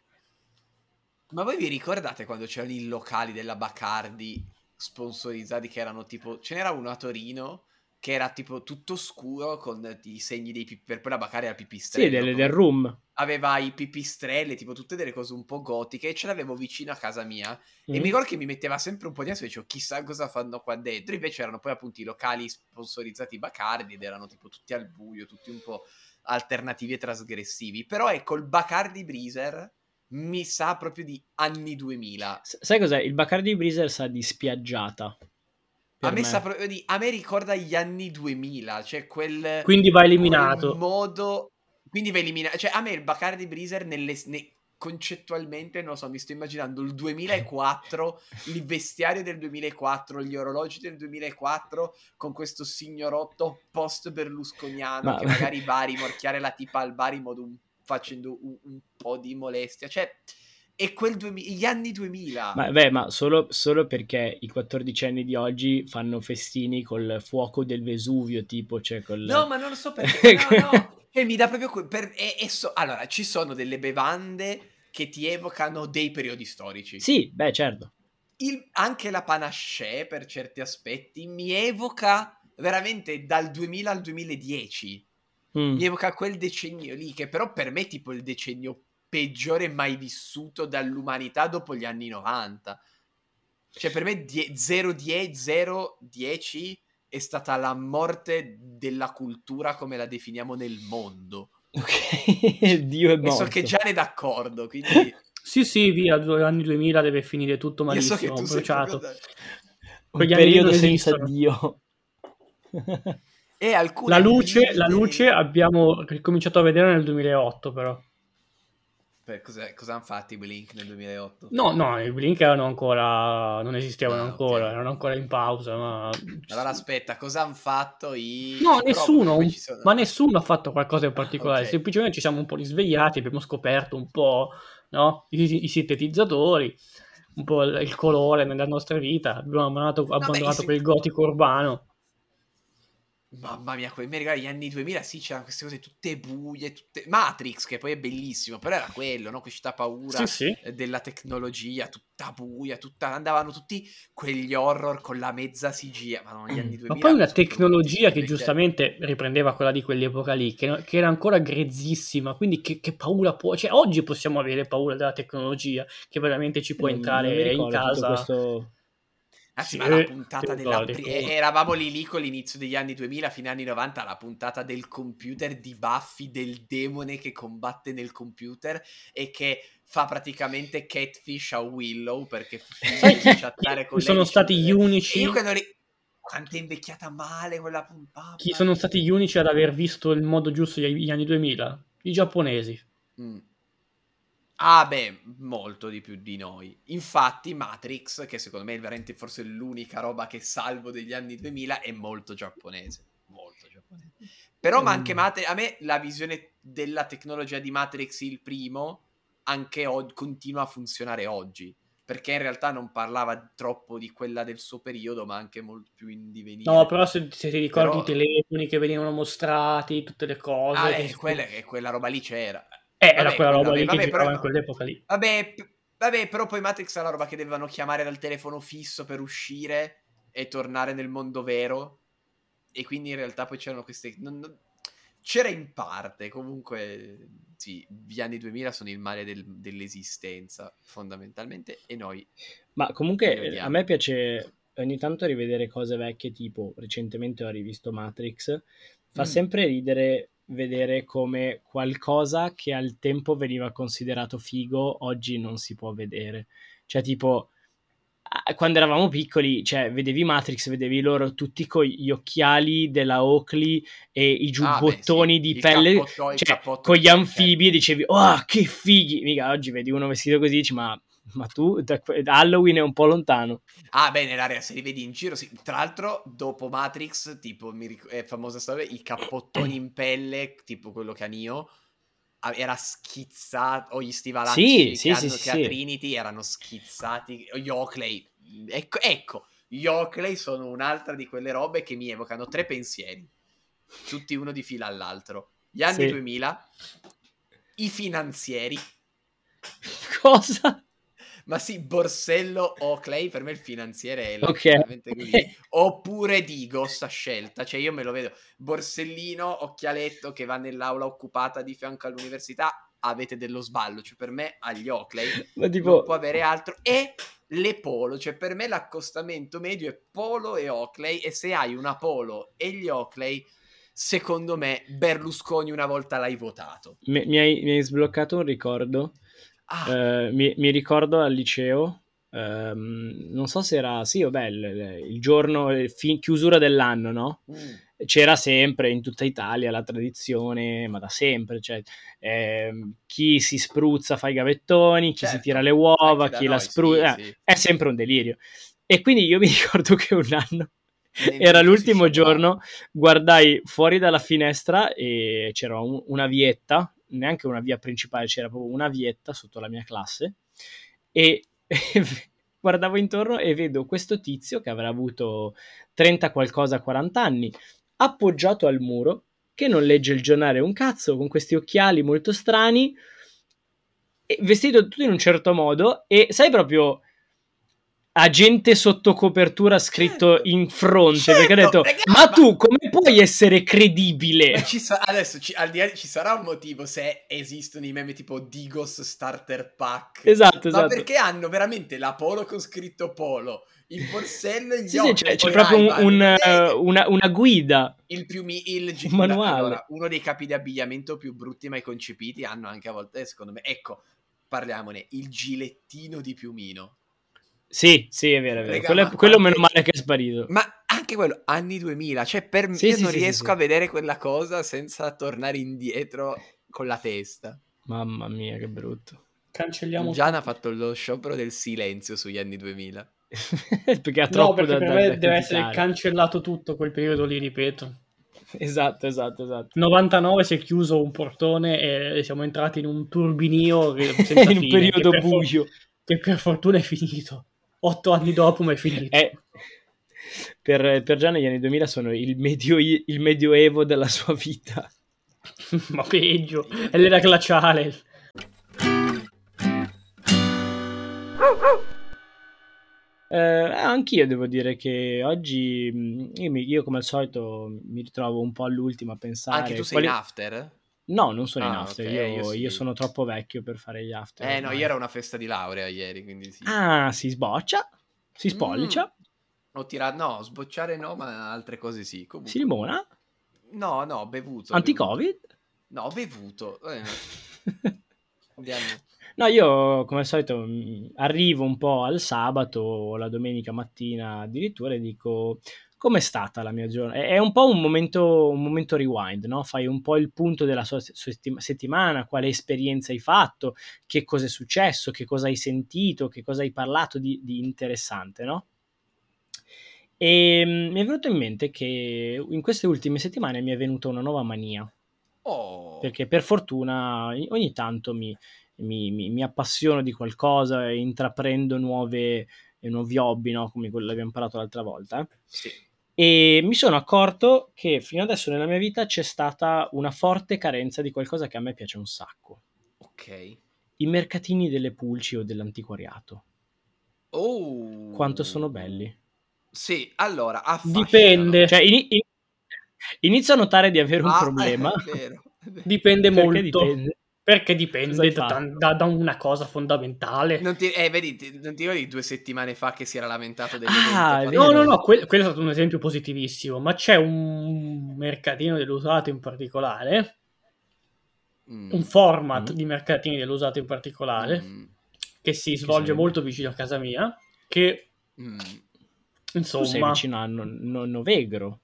Ma voi vi ricordate quando c'erano i locali della Bacardi sponsorizzati che erano tipo... Ce n'era uno a Torino che era tipo tutto scuro con i segni dei per poi la Bacardi era Sì, pipistrello, del come... rum. Aveva i pipistrelli, tipo tutte delle cose un po' gotiche, e ce l'avevo vicino a casa mia. E mi Mm. ricordo che mi metteva sempre un po' di ansia e dicevo chissà cosa fanno qua dentro. Invece erano poi appunto i locali sponsorizzati Bacardi ed erano tipo tutti al buio, tutti un po' alternativi e trasgressivi. Però ecco, il Bacardi Breezer mi sa proprio di anni 2000. Sai cos'è? Il Bacardi Breezer sa di spiaggiata. A Per me sa me. proprio di... A me ricorda gli anni 2000, cioè Quindi va quel eliminato. modo... Quindi va eliminato... Cioè a me il Bacardi Breezer concettualmente, non lo so, mi sto immaginando il 2004, il vestiario del 2004, gli orologi del 2004, con questo signorotto post-berlusconiano Ma che magari va a rimorchiare la tipa al bar in modo facendo un po' di molestia. Cioè, è gli anni 2000. Ma solo perché i 14enni di oggi fanno festini col fuoco del Vesuvio, tipo, cioè No, col... ma non lo so perché. Ma no, no. Cioè, mi dà proprio. Allora, ci sono delle bevande che ti evocano dei periodi storici. Sì, beh, certo. Anche la panaché, per certi aspetti, mi evoca veramente dal 2000 al 2010. Mi Mm. evoca quel decennio lì, che però per me è tipo il decennio peggiore mai vissuto dall'umanità dopo gli anni 90. Cioè, per me 010 è stata la morte della cultura come la definiamo nel mondo. Ok, Dio è E so che morto. Gian è d'accordo, quindi Sì, sì, via, anni 2000 deve finire tutto io so che malissimo, tu sei proprio bruciato. da... Un Quegli anni lì non periodo senza esistono. Dio. E alcune La bibite luce abbiamo ricominciato a vedere nel 2008, però. Cosa hanno fatto i Blink nel 2008? No, no, i Blink erano ancora, non esistevano Ah, ok. ancora, erano ancora in pausa, ma... Allora aspetta, cosa hanno fatto No, Però vabbè, nessuno, poi ci sono... ma nessuno ha fatto qualcosa in Ah, particolare, ok. semplicemente ci siamo un po' risvegliati, abbiamo scoperto un po', no? I sintetizzatori, un po' il colore nella nostra vita, abbiamo No, beh, abbandonato quel gotico urbano. mamma mia, mi ricordo gli anni 2000, sì, c'erano queste cose tutte buie, tutte... Matrix, che poi è bellissimo, però era quello, no? Questa Sì, paura sì. della tecnologia, tutta buia, andavano tutti quegli horror con la mezza CG, ma no, gli anni Ma poi 2000 una sono proprio brutti, tecnologia sono che invecchiati. giustamente riprendeva quella di quell'epoca lì, che era ancora grezzissima, quindi che paura può... Cioè, oggi possiamo avere paura della tecnologia, che veramente ci può Non mi entrare in ricordo tutto casa. questo... Anzi, Sì, ma la ti puntata ricordi. eravamo lì con l'inizio degli anni 2000, fine anni 90, la puntata del computer di Buffy, del demone che combatte nel computer e che fa praticamente catfish a Willow perché Sai finge di chattare chi con lei sono stati gli dicendole... E io unici? quando... Quanto è invecchiata male quella puntata, Chi mamma sono mia. stati gli unici ad aver visto il modo giusto degli anni 2000? I giapponesi. Mm. Ah beh, molto di più di noi. Infatti Matrix, che secondo me è veramente forse l'unica roba che salvo degli anni 2000, è molto giapponese. molto giapponese. Però ma anche a me la visione della tecnologia di Matrix, il primo, anche continua a funzionare oggi, perché in realtà non parlava troppo di quella del suo periodo, ma anche molto più in divenire. No, però se ti ricordi Però, i telefoni che venivano mostrati, tutte le cose... quella roba lì c'era. Era quella roba lì che girava in quell'epoca lì. Vabbè, però poi Matrix è la roba che dovevano chiamare dal telefono fisso per uscire e tornare nel mondo vero. E quindi in realtà poi c'erano queste... c'era in parte, comunque sì, gli anni 2000 sono il male dell'esistenza, fondamentalmente, e noi... Ma comunque a me piace ogni tanto rivedere cose vecchie, tipo recentemente ho rivisto Matrix, fa sempre ridere vedere come qualcosa che al tempo veniva considerato figo oggi non si può vedere. Cioè tipo quando eravamo piccoli, cioè vedevi Matrix, vedevi loro tutti con gli occhiali della Oakley e i giubbottoni di pelle, cioè con gli anfibi, e dicevi oh che fighi. Mica oggi vedi uno vestito così, dici ma tu da Halloween è un po' lontano. Ah, beh, nell'area se li vedi in giro, sì. Tra l'altro, dopo Matrix, tipo, è famosa storia, i cappottoni in pelle, tipo quello che ha Neo, era schizzato, o gli stivalacci che ha Trinity erano schizzati, gli Oakley. Ecco, gli Oakley sono un'altra di quelle robe che mi evocano 3 pensieri, tutti uno di fila all'altro. Gli anni 2000, i finanzieri. Cosa? Ma sì, borsello Oakley, per me il finanziere è Okay. letteralmente così. Oppure Digos a scelta, cioè io me lo vedo. Borsellino, occhialetto che va nell'aula occupata di fianco all'università, avete dello sballo, cioè per me agli Oakley Ma tipo... non può avere altro. E le polo, cioè per me l'accostamento medio è polo e Oakley, e se hai una polo e gli Oakley, secondo me Berlusconi una volta l'hai votato. Mi hai sbloccato un ricordo. Mi ricordo al liceo, non so se era sì, vabbè, il giorno chiusura dell'anno, no? C'era sempre in tutta Italia la tradizione, ma da sempre, cioè chi si spruzza fa i gavettoni, chi si tira le uova, chi la spruzza, sì. è sempre un delirio. E quindi io mi ricordo che un anno era l'ultimo giorno, guardai fuori dalla finestra e c'era una vietta, neanche una via principale, c'era proprio una vietta sotto la mia classe, e guardavo intorno e vedo questo tizio che avrà avuto 30 qualcosa, 40 anni, appoggiato al muro, che non legge il giornale un cazzo, con questi occhiali molto strani, e vestito tutto in un certo modo, e sai proprio agente sotto copertura scritto in fronte, perché ha detto ma tu come puoi essere credibile? Adesso al di là ci sarà un motivo se esistono i meme tipo Digos Starter Pack, esatto. Perché hanno veramente la polo con scritto polo, il borsello e gli occhi, c'è proprio una guida, un manuale. Allora, uno dei capi di abbigliamento più brutti mai concepiti hanno anche a volte, secondo me, ecco, parliamone, il gilettino di piumino. Sì, è vero. Quello meno male che è sparito. Ma anche quello, anni 2000, cioè per me io non riesco a vedere quella cosa senza tornare indietro con la testa. Mamma mia, che brutto. Cancelliamo Gian ha fatto lo sciopero del silenzio sugli anni 2000. Perché ha troppo perché per me deve essere criticare. cancellato tutto quel periodo lì, ripeto. Esatto. 99 si è chiuso un portone e siamo entrati in un turbinio senza in un fine, periodo buio. Che per fortuna è finito. 8 anni dopo ma è finito. Per Gian gli anni 2000 sono il medioevo della sua vita. Ma peggio, è l'era glaciale. Anch'io devo dire che oggi io come al solito mi ritrovo un po' all'ultimo a pensare. Anche tu sei in after? No, non sono in after, okay, io sono troppo vecchio per fare gli after ormai. No, io ero a una festa di laurea ieri, quindi sì. Ah, si sboccia, si spollicia. No, sbocciare no, ma altre cose sì. Comunque. Si limona? No, ho bevuto. Anti-Covid? No, ho bevuto. Andiamo. No, io come al solito arrivo un po' al sabato o la domenica mattina addirittura e dico com'è stata la mia giornata. È un po' un momento rewind, no? Fai un po' il punto della sua settimana, quale esperienza hai fatto, che cosa è successo, che cosa hai sentito, che cosa hai parlato di interessante, no? E mi è venuto in mente che in queste ultime settimane mi è venuta una nuova mania, Oh, perché per fortuna ogni tanto mi appassiono di qualcosa e intraprendo nuovi hobby, no? Come quello che abbiamo parlato l'altra volta. sì. E mi sono accorto che fino adesso nella mia vita c'è stata una forte carenza di qualcosa che a me piace un sacco. Ok. I mercatini delle pulci o dell'antiquariato. Quanto sono Oh. belli. Sì, allora, affascinano. Dipende, Cioè, inizio a notare di avere un Ah, problema. è vero. dipende Perché molto, dipende. perché Cosa hai dipende fatto? da una cosa fondamentale. Vedi, non ti ricordi 2 settimane fa che si era lamentato dell'evento Ah, è No, no, vero. no, quello è stato un esempio positivissimo, ma c'è un mercatino dell'usato in particolare, un Mh, format Mm. di mercatini dell'usato in particolare, mh, che si Che svolge sarebbe? molto vicino a casa mia, che mh. Tu sei insomma, vicino a Novegro.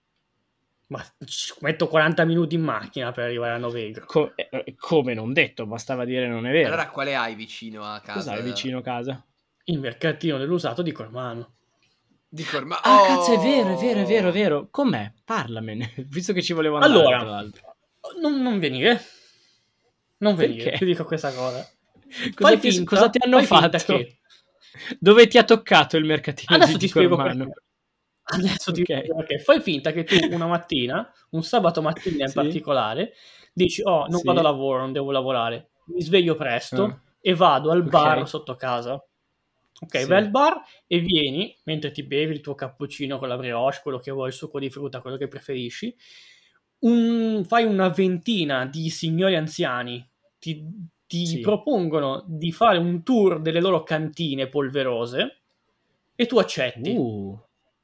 ma ci metto 40 minuti in macchina per arrivare a Novegro. Come non detto, bastava dire non è vero. Allora quale hai vicino a Cos'hai casa? vicino a casa? Il mercatino dell'usato di Cormano. Dico orma Ah, cazzo, è vero, è vero, è vero, è oh! vero. Com'è? Parlamene, visto che ci volevo andare, Allora, tra l'altro. non venire, non venire, ti Perché? dico questa cosa. Cosa ti hanno Fai finta fatto? che Dove ti ha toccato il mercatino Adesso di ti spiego Cormano? perché. Adesso ti Ok, spiego perché. Fai finta che tu una mattina, un sabato mattina in sì, particolare, dici: "Oh, non vado a sì, lavoro, non devo lavorare". Mi sveglio ah, presto e vado al bar ok, sotto casa. Okay, vai sì, al bar e vieni, mentre ti bevi il tuo cappuccino con la brioche, quello che vuoi, il succo di frutta, quello che preferisci, fai una ventina di signori anziani, ti sì. propongono di fare un tour delle loro cantine polverose e tu accetti. Uh,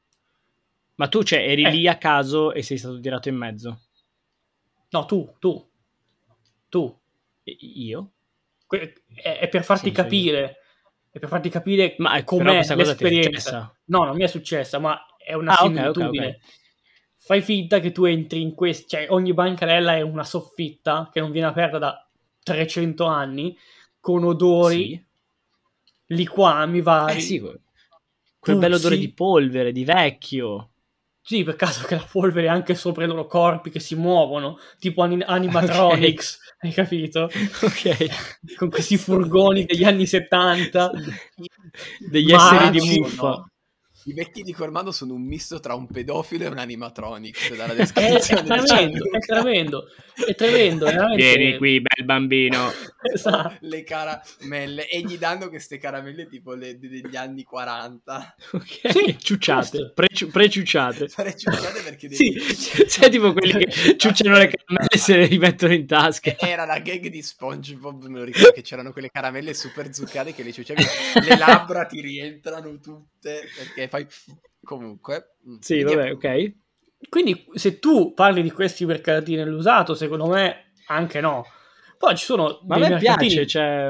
ma tu, cioè, eri Eh, lì a caso e sei stato tirato in mezzo? no, tu. Io? È per Che farti senso io? capire, è per farti capire Ma però com'è questa cosa ti è l'esperienza. successa? No, non mi è successa, ma è una Ah, ok, ok, ok. similitudine. Fai finta che tu entri in cioè ogni bancarella è una soffitta che non viene aperta da 300 anni, con odori, Sì. liquami Eh vari, sì, quel bello odore di puzzi. polvere, di vecchio. Sì, per caso che la polvere è anche sopra i loro corpi che si muovono, tipo Ok, animatronics, hai capito? ok. Con questi Sono furgoni degli anni 70, Degli esseri di marci. muffa. sono I vecchi di Cormano sono un misto tra un pedofilo e un animatronics, dalla È descrizione di tremendo, è Gianluca. tremendo, è tremendo, Vieni veramente. qui, bel bambino. O Esatto. le caramelle e gli danno queste caramelle tipo degli anni 40. Ok, Sì, ciucciate, questo. pre-ciucciate. Pregiudiate perché Sì. devi Sei tipo quelli che ciucciano le aspetta. caramelle e se le rimettono in tasca. Era la gag di SpongeBob, me lo ricordo che c'erano quelle caramelle super zuccate che le ciucciavi, le labbra ti rientrano tutte perché fai comunque, Sì, quindi vabbè, ok. Quindi se tu parli di questi mercatini nell'usato, secondo me anche no. Poi ci sono Ma a dei me piace, mercatini cioè...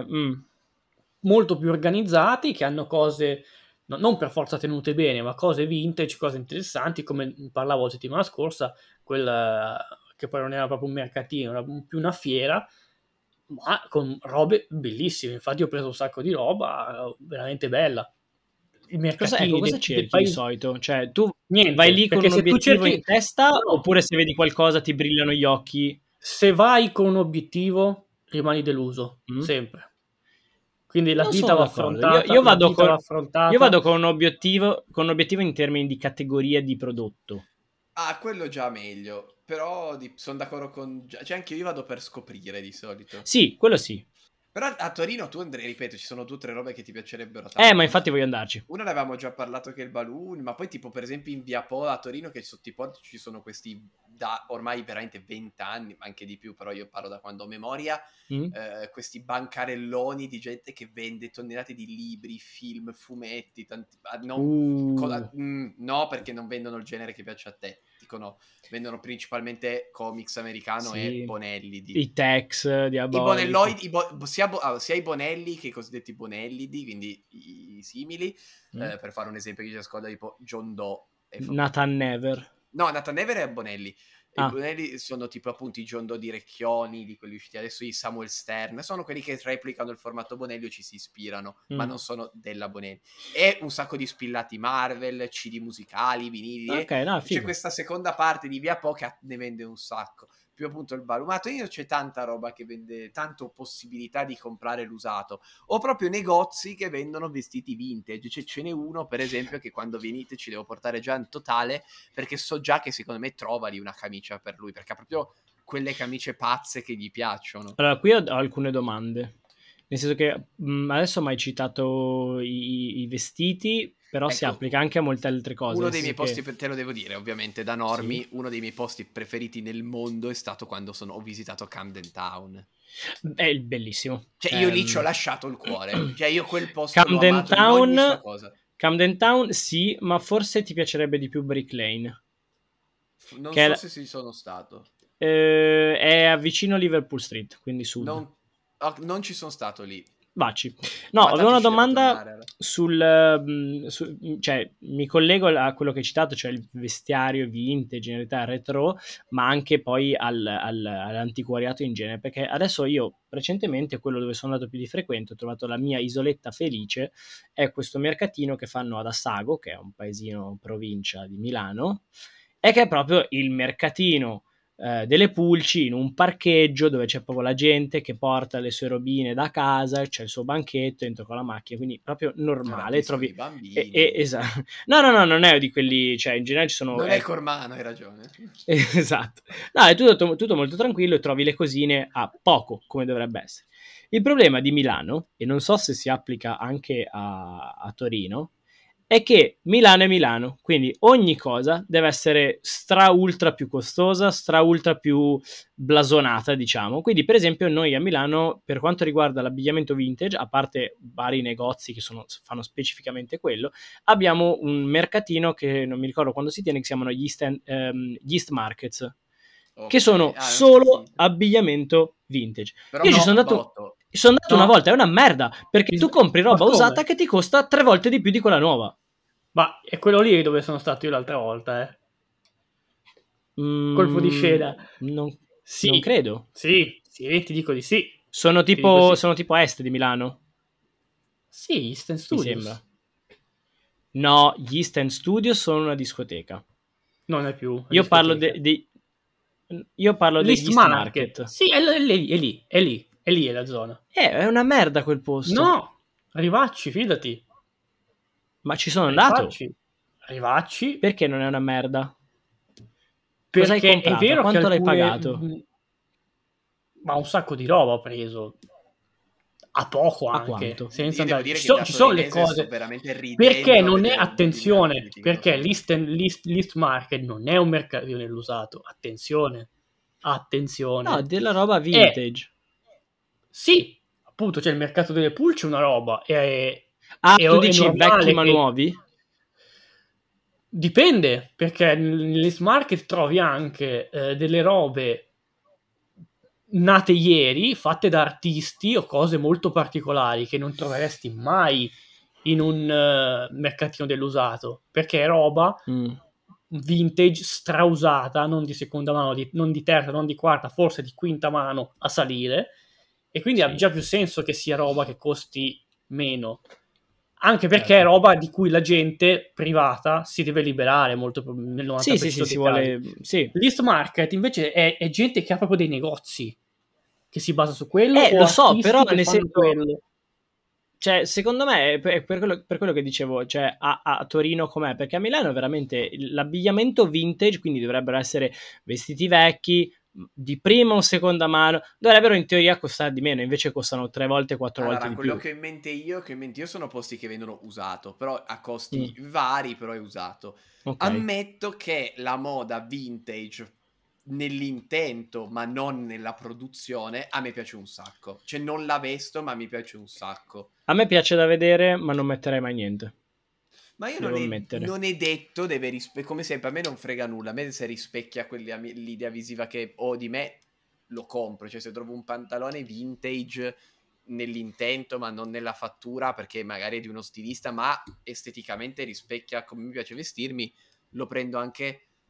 molto più organizzati che hanno cose non per forza tenute bene, ma cose vintage, cose interessanti, come parlavo la settimana scorsa, quel che poi non era proprio un mercatino, era più una fiera, ma con robe bellissime. Infatti ho preso un sacco di roba veramente bella. I Ecco, mercatini cosa dei cerchi di paesi. solito? Cioè, tu vai Niente, lì con perché un se tu obiettivo in cerchi. testa No, oppure se vedi qualcosa ti brillano gli occhi? se vai con un obiettivo, rimani deluso, Mm? sempre. Quindi Non sono d'accordo. Io la vado vita con, va io affrontata. vado con un obiettivo in termini di categoria di prodotto. ah, quello già meglio, però son d'accordo con cioè anche io vado per scoprire di solito. Sì, quello sì. Però a Torino tu andrei, ripeto, ci sono 2 o 3 robe che ti piacerebbero Ma tanto. infatti voglio andarci. Una ne avevamo già parlato che è il Balloon, ma poi tipo per esempio in Via Po a Torino che sotto i ponti ci sono questi da ormai veramente 20 anni, ma anche di più, però io parlo da quando ho memoria, Mm? questi bancarelloni di gente che vende tonnellate di libri, film, fumetti, no perché non vendono il genere che piace a te, dico no, vendono principalmente comics americano e Sì. bonellidi. I Tex I diabolici. bonelloidi, sia i bonelli che i cosiddetti bonellidi, quindi i simili, Mm? per fare un esempio che ci ascolta tipo John Doe. Nathan Never. No, Nathan Never è Bonelli. I Ah. Bonelli sono tipo appunto i John Doe di Recchioni, di quelli usciti adesso, i Samuel Stern, sono quelli che replicano il formato Bonelli o ci si ispirano, ma non sono della Bonelli. E un sacco di spillati Marvel, CD musicali, vinili, Ok, no, c'è figo. questa seconda parte di Via Po che ne vende un sacco. Più appunto il balumato, io c'è tanta roba che vende, tanto possibilità di comprare l'usato, o proprio negozi che vendono vestiti vintage. Cioè, ce n'è uno per esempio che quando venite ci devo portare già in totale, perché so già che secondo me trova lì una camicia per lui, perché ha proprio quelle camicie pazze che gli piacciono. Allora, qui ho alcune domande. Nel senso che adesso mi hai citato i vestiti, però si Ecco, applica anche a molte altre cose. uno Nel dei senso miei posti, che te lo devo dire ovviamente da sì, Normi, uno dei miei posti preferiti nel mondo è stato quando ho visitato Camden Town. è bellissimo. Cioè io lì ci ho lasciato il cuore, cioè io quel posto l'ho Camden amato in ogni sua Town, cosa. Camden Town sì, ma forse ti piacerebbe di più Brick Lane, Non che so se ci sono stato. è vicino a Liverpool Street, quindi sud. Non ci sono stato lì, Baci. No, ma avevo tanto una ci devo domanda tornare. cioè, mi collego a quello che hai citato, cioè il vestiario vintage, in realtà retro, ma anche poi all'antiquariato in genere, perché adesso io recentemente, quello dove sono andato più di frequente, ho trovato la mia isoletta felice, è questo mercatino che fanno ad Assago, che è un paesino provincia di Milano, e che è proprio il mercatino delle pulci in un parcheggio dove c'è proprio la gente che porta le sue robine da casa, c'è il suo banchetto, entra con la macchina, quindi proprio normale. Rapiscono Trovi i bambini. esatto. No, no, no, non è di quelli, cioè in generale ci sono Non è il Cormano, hai ragione. esatto. No, è tutto molto tranquillo e trovi le cosine a poco, come dovrebbe essere. Il problema di Milano, e non so se si applica anche a Torino, è che Milano è Milano, quindi ogni cosa deve essere stra ultra più costosa, stra ultra più blasonata, diciamo. Quindi, per esempio, noi a Milano, per quanto riguarda l'abbigliamento vintage, a parte vari negozi che fanno specificamente quello, abbiamo un mercatino che non mi ricordo quando si tiene, che si chiamano gli East Markets, che Ok, sono ne ho solo sentito. abbigliamento vintage. Però Io no, botto. sono andato una No, volta, è una merda, perché tu compri ma roba usata come? che ti costa 3 volte di più di quella nuova. Ma è quello lì dove sono stato io l'altra volta, eh. Colpo di Mm, scena. non, non Sì, credo. sì, sì, ti dico di sì. Sono Ti dico tipo, sì. sono tipo a est di Milano, Sì, Eastern mi sembra. Studios. No, gli East End Studios sono una discoteca. Non è più una Io parlo, discoteca. io parlo degli L'East East Market. Market. Sì, è lì, è lì, è lì, è lì è la zona. È una merda quel posto. No, Rivacci, fidati. Ma ci sono andato. Rivacci. Rivacci, Perché non è una merda? Cosa hai perché è comprato? A vero che quanto l'hai alcune... pagato? Ma un sacco di roba ho preso. A poco A anche, quanto? senza Io devo andare... dire che da Ci sono le torinese sto cose... veramente Perché ridendo a non è... vedere un po' di Attenzione, mercati che perché costano. l'East Market non è un mercatino dell'usato. Attenzione. No, Attenzione. della roba È... vintage. Sì, appunto c'è il mercato delle pulci, una roba. Ah, tu È dici vecchi normale ma che... nuovi? Dipende, perché nell'East Market trovi anche delle robe nate ieri, fatte da artisti o cose molto particolari che non troveresti mai in un mercatino dell'usato, perché è roba Mm, vintage strausata, non di seconda mano, non di terza, non di quarta, forse di quinta mano a salire, e quindi ha sì, già più senso che sia roba che costi meno. Anche perché è certo. roba di cui la gente privata si deve liberare molto nel Sì, sì, sì, 90% si dei casi. vuole... Sì. L'East Market invece è gente che ha proprio dei negozi che si basa su quello o Lo so, però artisti che nel fanno senso... quello. Cioè, secondo me, è per quello che dicevo, cioè, a Torino com'è? Perché a Milano veramente l'abbigliamento vintage, quindi dovrebbero essere vestiti vecchi, di prima o seconda mano, dovrebbero in teoria costare di meno, invece costano 3 volte, 4 volte Allora, di quello più. che ho in mente io sono posti che vendono usato, però a costi Mm, vari, però è usato. ok. Ammetto che la moda vintage nell'intento, ma non nella produzione, a me piace un sacco. Cioè, non la vesto, ma mi piace un sacco. A me piace da vedere, ma non metterei mai niente, Ma io devo ammettere. non è detto, come sempre, a me non frega nulla. A me se rispecchia l'idea visiva che ho di me, lo compro. Cioè, se trovo un pantalone vintage nell'intento, ma non nella fattura, perché magari è di uno stilista, ma esteticamente rispecchia come mi piace vestirmi, lo prendo anche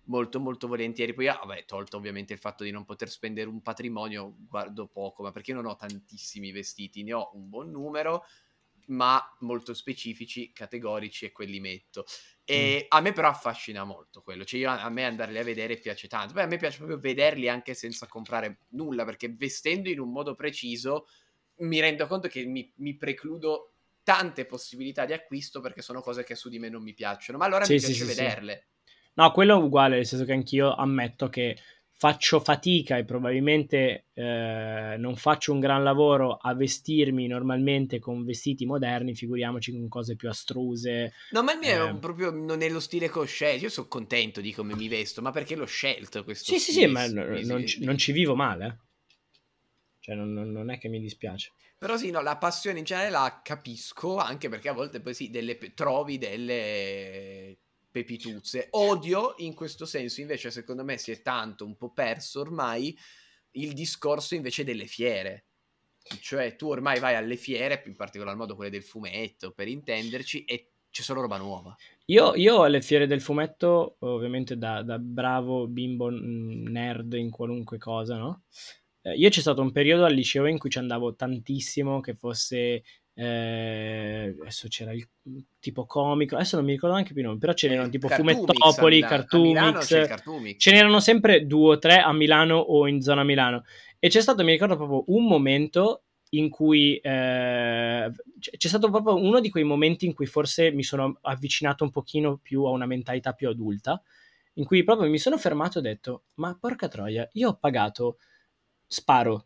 molto molto volentieri. Poi vabbè, tolto ovviamente il fatto di non poter spendere un patrimonio, guardo poco, ma perché io non ho tantissimi vestiti, ne ho un buon numero, ma molto specifici, categorici, e quelli metto. E a me però affascina molto quello, cioè a me andarli a vedere piace tanto. Poi a me piace proprio vederli anche senza comprare nulla, perché vestendo in un modo preciso mi rendo conto che mi precludo tante possibilità di acquisto, perché sono cose che su di me non mi piacciono, ma allora mi Sì, sì, piace sì, sì. vederle. No, quello è uguale, nel senso che anch'io ammetto che faccio fatica e probabilmente non faccio un gran lavoro a vestirmi normalmente con vestiti moderni, figuriamoci con cose più astruse. No, ma il mio è proprio non è lo stile che ho scelto. Io sono contento di come mi vesto, ma perché l'ho scelto questo Sì, sì, sì, stile? ma non ci vivo male. Cioè, non è che mi dispiace. Però sì, no, la passione in generale la capisco, anche perché a volte poi sì, trovi delle pepituzze. Odio in questo senso, invece, secondo me si è tanto un po' perso ormai il discorso invece delle fiere. Cioè, tu ormai vai alle fiere, in particolar modo quelle del fumetto, per intenderci, e c'è solo roba nuova. Io alle fiere del fumetto, ovviamente da bravo bimbo nerd in qualunque cosa, no? Io c'è stato un periodo al liceo in cui ci andavo tantissimo, che fosse adesso c'era il tipo comico, adesso non mi ricordo neanche più i nomi, però ce n'erano tipo Cartoomix Fumettopoli, a Milano c'è il Cartoomix, ce Cartoomix. n'erano sempre 2 o 3 a Milano o in zona Milano. E c'è stato, mi ricordo proprio un momento in cui c'è stato proprio uno di quei momenti in cui forse mi sono avvicinato un pochino più a una mentalità più adulta, in cui proprio mi sono fermato e ho detto, ma porca troia, io ho pagato, sparo,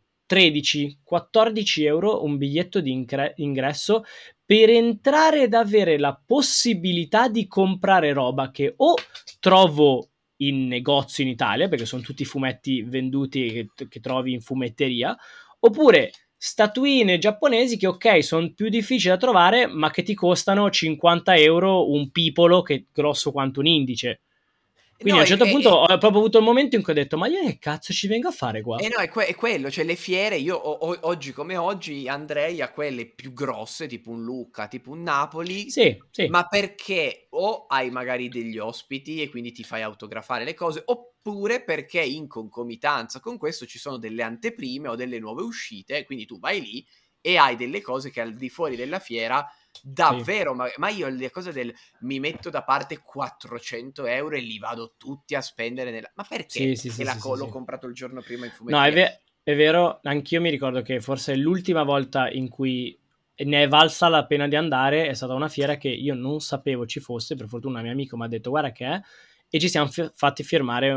13-14 euro un biglietto di ingresso per entrare ed avere la possibilità di comprare roba che o trovo in negozio in Italia, perché sono tutti fumetti venduti che trovi in fumetteria, oppure statuine giapponesi che ok sono più difficili da trovare ma che ti costano 50 euro un pipolo che è grosso quanto un indice. Quindi No, a un certo punto ho proprio avuto il momento in cui ho detto ma io che cazzo ci vengo a fare qua? no, è quello, cioè le fiere, io oggi come oggi andrei a quelle più grosse, tipo un Lucca, tipo un Napoli, Sì, sì, ma perché o hai magari degli ospiti e quindi ti fai autografare le cose, oppure perché in concomitanza con questo ci sono delle anteprime o delle nuove uscite, quindi tu vai lì e hai delle cose che al di fuori della fiera sì. davvero, ma io le cose del mi metto da parte 400 euro e li vado tutti a spendere ma perché? Sì, sì, Perché sì, sì, sì, l'ho sì. comprato il giorno prima in No, fumetteria. è vero, anch'io mi ricordo che forse l'ultima volta in cui ne è valsa la pena di andare è stata una fiera che io non sapevo ci fosse, per fortuna un mio amico mi ha detto guarda che è, e ci siamo fatti firmare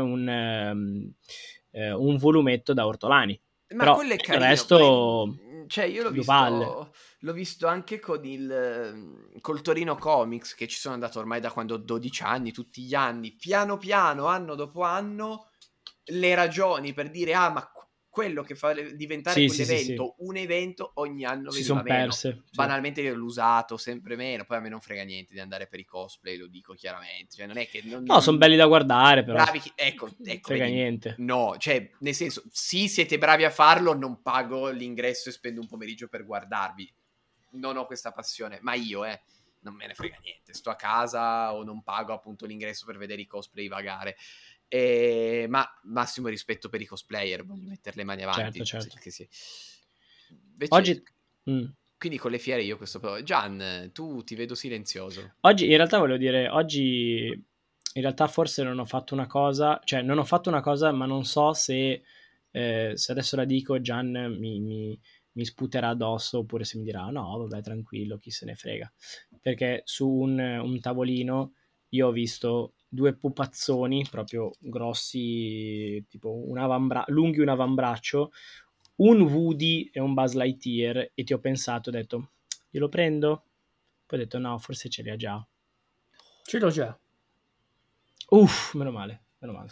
un volumetto da Ortolani. Ma Però quello è il carino, poi resto cioè io due palle. l'ho visto anche con col Torino Comics, che ci sono andato ormai da quando ho 12 anni, tutti gli anni, piano piano, anno dopo anno, le ragioni per dire: "Ah, ma quello che fa diventare Sì, sì, sì, sì. quell'evento un evento ogni anno Si veniva sono meno". perse, sì. Banalmente io l'ho usato sempre meno, poi a me non frega niente di andare per i cosplay, lo dico chiaramente, cioè non è che No, sono belli da guardare, però bravi ecco frega vedi, niente. no, cioè nel senso, sì siete bravi a farlo, non pago l'ingresso e spendo un pomeriggio per guardarvi. Non ho questa passione, ma io non me ne frega niente, sto a casa o non pago appunto l'ingresso per vedere i cosplay vagare. Ma massimo rispetto per i cosplayer, voglio mettere le mani Certo, avanti, sì, certo. che sì. Invece, Oggi... mm. quindi con le fiere io questo Gian, tu ti vedo silenzioso. Oggi in realtà volevo dire, oggi in realtà forse non ho fatto una cosa, cioè non ho fatto una cosa, ma non so se adesso la dico Gian mi sputerà addosso oppure se mi dirà no, vabbè, tranquillo, chi se ne frega. Perché su un tavolino io ho visto 2 pupazzoni proprio grossi, tipo lunghi un avambraccio, un Woody e un Buzz Lightyear e ti ho pensato, ho detto, glielo prendo? Poi ho detto no, forse ce li ha già. Ce l'ho già. Uff, meno male, meno male.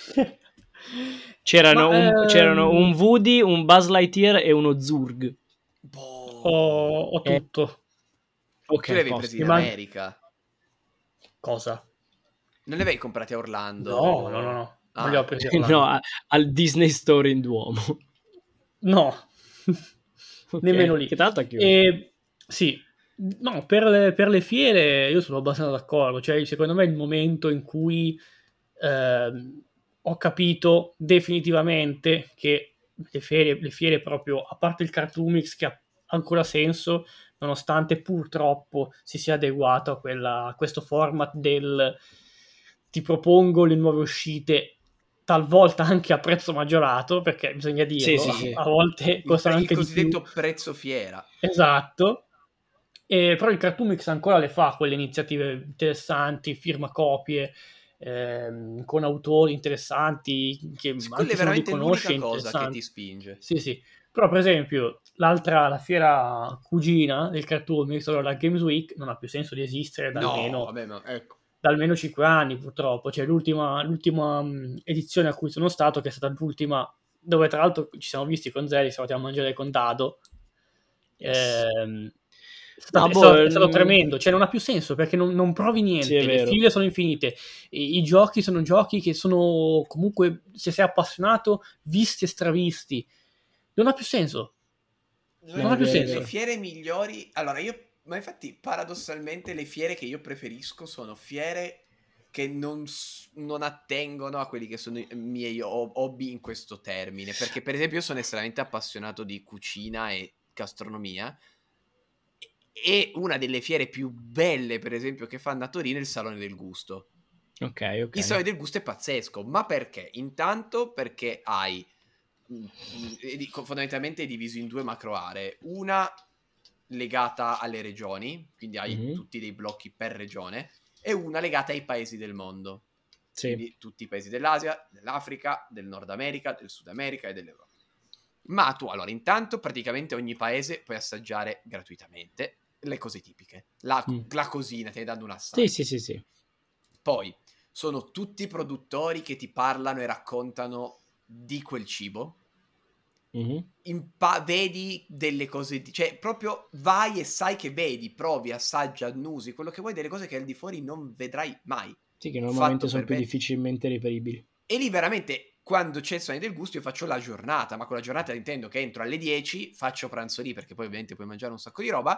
Ma C'erano un Woody, un Buzz Lightyear e uno Zurg. ho Boh. tutto. Ok, Tu li avevi presi posto. in America? Cosa? Non li avevi comprati a No, no, no, Orlando? no. Non li ho Ah, presi a No, Orlando. al Disney Store in Duomo. No, Ok, nemmeno lì. che tra l'altro ha chiuso. E, sì, no, per le fiere io sono abbastanza d'accordo. Cioè, secondo me è il momento in cui ho capito definitivamente che le fiere proprio, a parte il Cartoomix che ha ancora senso, nonostante purtroppo si sia adeguato a questo format del ti propongo le nuove uscite, talvolta anche a prezzo maggiorato, perché bisogna Sì, dirlo, sì, Sì, sì. a volte costano il anche di più. cosiddetto prezzo fiera. Esatto. Però il Cartoomix ancora le fa quelle iniziative interessanti, firma copie, con autori interessanti, che Quella anche è se non li veramente conosci è l'unica cosa che ti interessante. spinge. Sì, sì. Però per esempio la fiera cugina del Cartoomix, allora la Games Week, non ha più senso di esistere No, vabbè, ma ecco. da almeno 5 anni purtroppo. Cioè l'ultima edizione a cui sono stato, che è stata l'ultima, dove tra l'altro ci siamo visti con Zeri, siamo andati a mangiare con Dado. Yes. Ehm, No, è stato tremendo, cioè non ha più senso perché non provi sì, è niente, le vero. file sono infinite, i giochi sono giochi che sono comunque, se sei appassionato, visti e stravisti. Non ha più senso, non No, ha è più vero, è Le senso. vero. fiere migliori, allora ma infatti paradossalmente le fiere che io preferisco sono fiere che non attengono a quelli che sono i miei hobby in questo termine, perché per esempio io sono estremamente appassionato di cucina e gastronomia e una delle fiere più belle, per esempio, che fanno a Torino è il Salone del Gusto. Ok, ok. Il Salone del Gusto è pazzesco, ma perché? Intanto perché hai fondamentalmente è diviso in due macro aree, una legata alle regioni, quindi hai Mhm. tutti dei blocchi per regione, e una legata ai paesi del mondo, Sì. quindi tutti i paesi dell'Asia, dell'Africa, del Nord America, del Sud America e dell'Europa. Ma tu allora, intanto praticamente ogni paese puoi assaggiare gratuitamente le cose tipiche, Mm. la cosina, ti dando un Sì, sì, assaggio. sì, sì. Poi sono tutti produttori che ti parlano e raccontano di quel cibo. Mhm. Vedi delle cose, cioè proprio vai e sai che vedi, provi, assaggi, annusi, quello che vuoi, delle cose che al di fuori non vedrai mai, Sì, che normalmente fatto sono per più bene. difficilmente reperibili. E lì veramente, quando c'è il Sogno del Gusto, io faccio la giornata, ma con la giornata intendo che entro alle 10, faccio pranzo lì, perché poi ovviamente puoi mangiare un sacco di roba,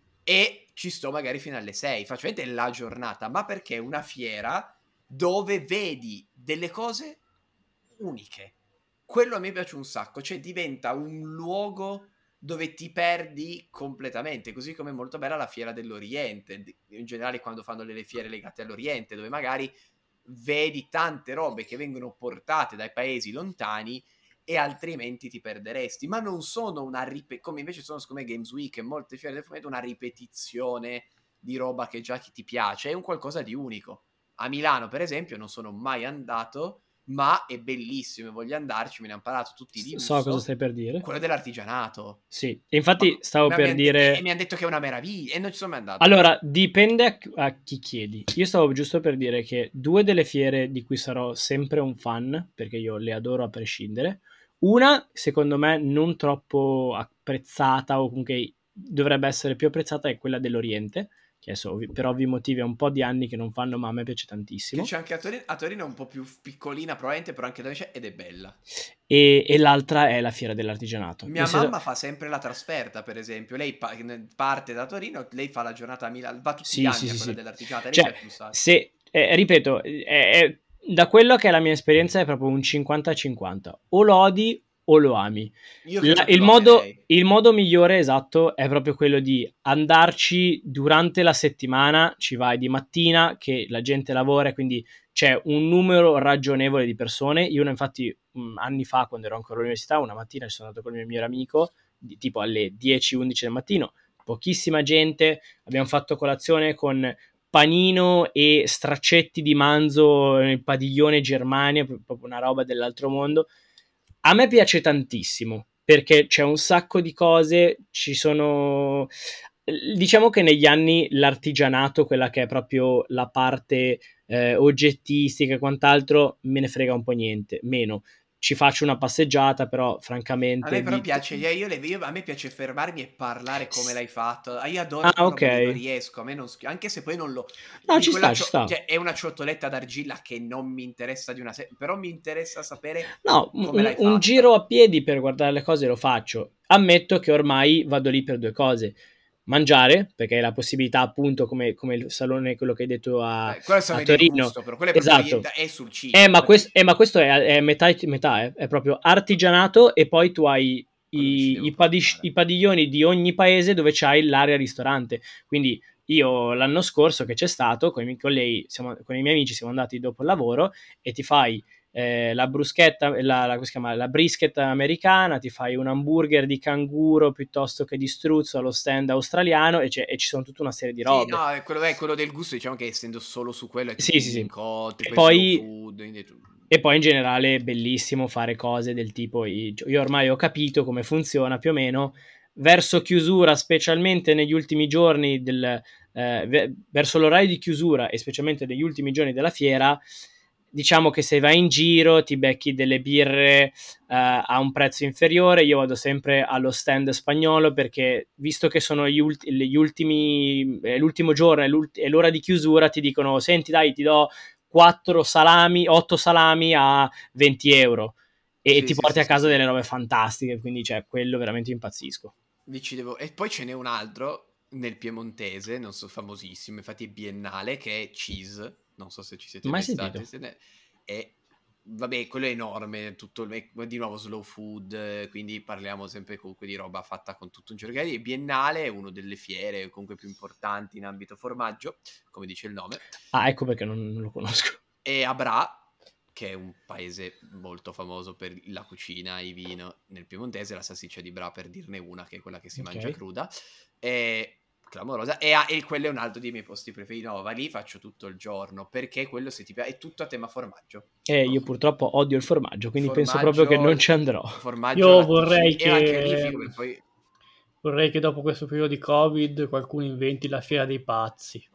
e ci sto magari fino alle 6, faccio veramente la giornata, ma perché è una fiera dove vedi delle cose uniche. Quello a me piace un sacco, cioè diventa un luogo dove ti perdi completamente, così come è molto bella la fiera dell'Oriente, in generale quando fanno delle fiere legate all'Oriente, dove magari vedi tante robe che vengono portate dai paesi lontani e altrimenti ti perderesti, ma non sono come invece sono secondo me Games Week e molte fiere del fumetto, una ripetizione di roba che già ti piace, è un qualcosa di unico. A Milano, per esempio, non sono mai andato, ma è bellissimo e voglio andarci, me ne hanno parlato tutti di So cosa lusso, stai per dire. quello dell'artigianato. Sì, e infatti stavo Ma per dire. mi hanno detto che è una meraviglia e non ci sono mai andato. Allora, dipende a chi chiedi. Io stavo giusto per dire che due delle fiere di cui sarò sempre un fan, perché io le adoro a prescindere, una, secondo me, non troppo apprezzata o comunque dovrebbe essere più apprezzata è quella dell'Oriente, che adesso per ovvi motivi è un po' di anni che non fanno, ma a me piace Che tantissimo. c'è anche a Torino è un po' più piccolina probabilmente, però anche da c'è ed è bella. E l'altra è la fiera dell'artigianato. Mia Nel senso, mamma fa sempre la trasferta, per esempio. Lei parte da Torino, lei fa la giornata a Milano, va tutti gli sì, sì, anni a sì, quella sì. dell'artigianato, e lei Cioè, piace un sacco. se, ripeto, da quello che è la mia esperienza è proprio un 50-50. O lo odi o lo ami. Io credo che lo amerei. Il modo migliore, esatto, è proprio quello di andarci durante la settimana, ci vai di mattina, che la gente lavora, e quindi c'è un numero ragionevole di persone. Io, infatti, anni fa, quando ero ancora all'università, una mattina ci sono andato con il mio migliore amico, tipo alle 10-11 del mattino, pochissima gente, abbiamo fatto colazione con panino e straccetti di manzo nel padiglione Germania, proprio una roba dell'altro mondo. A me piace tantissimo perché c'è un sacco di cose, ci sono. Diciamo che negli anni l'artigianato, quella che è proprio la parte oggettistica e quant'altro, me ne frega un po' niente, meno. Ci faccio una passeggiata, però A me francamente però piace, a me piace fermarmi e parlare come S- l'hai fatto. Io adoro Ah, quella ok. roba lì, non riesco, a me non anche se poi non lo No, di ci quella sta, ci sta. cioè è una ciotoletta d'argilla che non mi interessa di però mi interessa sapere No, come l'hai un fatta. giro a piedi per guardare le cose lo faccio. Ammetto che ormai vado lì per due cose. mangiare, perché hai la possibilità appunto come il salone, quello che hai detto a Quello sono del Torino. gusto, però quello è proprio Esatto. è sul cibo. Ma questo è metà e metà, è proprio artigianato, e poi tu hai Quello mi ci devo provare. i padiglioni di ogni paese dove c'hai l'area ristorante. Quindi io l'anno scorso che c'è stato, con i miei amici siamo andati dopo il lavoro, e ti fai la bruschetta, come si chiama? La brisket americana, ti fai un hamburger di canguro piuttosto che di struzzo allo stand australiano, e ci sono tutta una serie di Sì, robe. no, quello del gusto, diciamo che essendo solo su quello è Sì, tutto sì, un sì. incontro, E poi slow poi, food, quindi e poi in generale è bellissimo fare cose del tipo, io ormai ho capito come funziona più o meno, verso chiusura, specialmente negli ultimi giorni verso l'orario di chiusura e specialmente negli ultimi giorni della fiera, diciamo che se vai in giro ti becchi delle birre a un prezzo inferiore. Io vado sempre allo stand spagnolo, perché visto che sono gli ultimi, l'ultimo giorno e l'ora di chiusura, ti dicono: senti, dai, ti do 8 salami a 20 euro, e sì, ti sì, porti sì, a sì, casa sì. delle robe fantastiche, quindi cioè, quello veramente impazzisco. E poi ce n'è un altro nel piemontese, non so, famosissimo, infatti è biennale, che è Cheese, non so se ci siete Mai mai sentito. stati, è, vabbè, quello è enorme, di nuovo slow food, quindi parliamo sempre comunque di roba fatta con tutto un cercato. E biennale è una delle fiere comunque più importanti in ambito formaggio, come dice il nome, Ah, ecco perché non lo conosco. e a Bra, che è un paese molto famoso per la cucina e il vino nel piemontese, la salsiccia di Bra per dirne una, che è quella che si mangia Ok. cruda, è clamorosa, e quello è un altro dei miei posti preferiti. No, va lì, faccio tutto il giorno, perché quello, se ti piace, è tutto a tema formaggio. Io purtroppo odio il formaggio, quindi penso proprio che non Formaggio, ci andrò. formaggio, Io latticini, e anche lì figo, perché poi... vorrei che dopo questo periodo di Covid qualcuno inventi la fiera dei pazzi.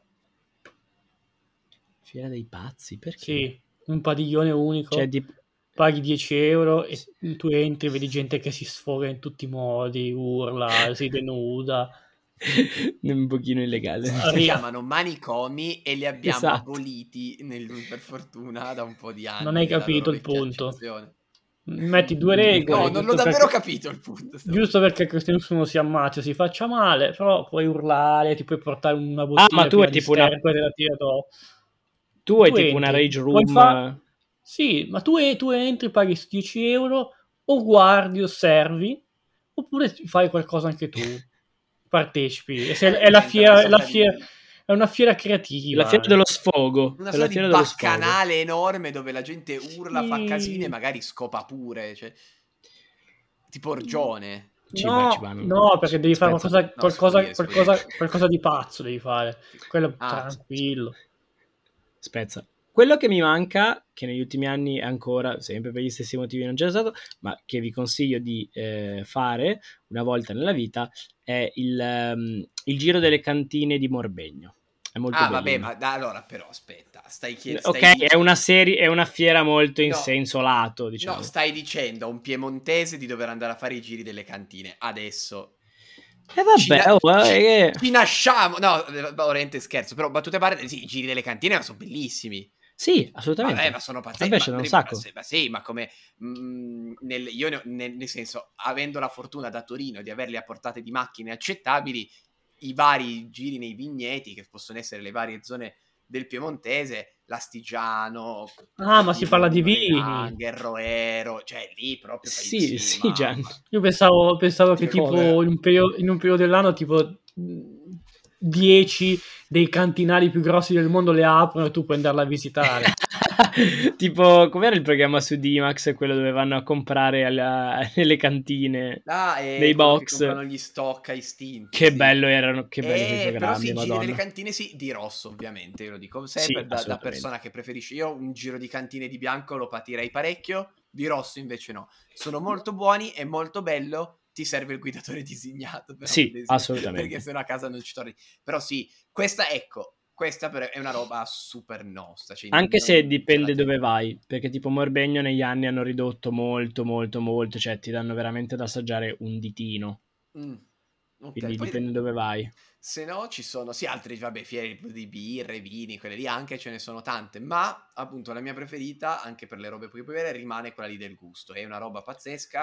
Fiera dei pazzi, perché? Sì, un padiglione Cioè, unico, di... paghi 10 euro e sì, tu entri e vedi gente che si sfoga in tutti i modi, urla, si denuda. un pochino illegale. si chiamano manicomi e li abbiamo Esatto. aboliti, per fortuna, da un po' di Non hai anni, la loro capito il vecchia punto. accezione. Metti due No, regole, non l'ho davvero capito il punto. giusto perché nessuno si ammazza, si faccia male, però puoi urlare, ti puoi portare una Ah, ma bottiglia piena di sterco e te la tira dopo. tu hai Tu tipo una entri, rage puoi room. fare... Sì, ma tu entri, paghi 10 euro, o guardi, osservi, oppure fai qualcosa anche tu, partecipi. E se è la Diventa una fiera, sorta di... è una fiera La fiera creativa. dello sfogo. Una È la sorta di fiera dello sfogo. baccanale enorme dove la gente urla, fa casini e Sì. magari scopa pure, cioè... Tipo Orgione. Ci No, vanno. no, perché devi fare Aspetta. No, si può dire. qualcosa di pazzo devi fare. Quello Ah, tranquillo. Spezza. Quello che mi manca, che negli ultimi anni ancora, sempre per gli stessi motivi non c'è stato, ma che vi consiglio di fare una volta nella vita, è il giro delle cantine di Morbegno. È molto vabbè, bellino. ma allora però aspetta, Ok, stai è una serie, è una fiera molto in no, senso lato, no, diciamo. stai dicendo a un piemontese di dover andare a fare i giri delle cantine. Adesso E vabbè, ci nasciamo. No, veramente scherzo, però battute a parte, sì, i giri delle cantine sono bellissimi. sì, Vabbè, ma assolutamente. sono A pazzeschi. me piace da un sacco. Ma sì, ma come io nel senso, avendo la fortuna da Torino di averli a portate di macchine accettabili, i vari giri nei vigneti, che possono essere le varie zone del Piemontese, l'Astigiano, Ah, ma si parla di Piombino, vini. Renan, Roero, cioè lì proprio fai Sì, sì, sì, Gian. Io pensavo che tipo Cover. in un periodo dell'anno tipo 10 dei cantinari più grossi del mondo le aprono e tu puoi andarla a visitare. Tipo, com'era il programma su D-Max, quello dove vanno a comprare nelle cantine, È nei quello che box? comprano gli stock a istinto, Che sì. bello erano, che belli quei Però sì, programmi, i giri delle madonna. cantine sì, di rosso ovviamente, io lo dico Sì, sempre, da assolutamente. persona che preferisce. Io un giro di cantine di bianco lo patirei parecchio, di rosso invece no. Sono molto buoni, è molto bello, ti serve il guidatore designato però, Sì, perché assolutamente. sennò a casa non ci torni. Però sì, questa però è una roba super nostra, cioè Anche se non ce la dipende dove tengo. vai, perché tipo Morbegno negli anni hanno ridotto molto, molto, molto, cioè ti danno veramente da assaggiare un ditino, Mm, ok, quindi poi dipende dove vai. se no ci sono, sì, altri, vabbè, fiere di birre, vini, quelle lì anche ce ne sono tante, ma appunto la mia preferita, anche per le robe più belle, rimane quella lì del gusto. È una roba pazzesca,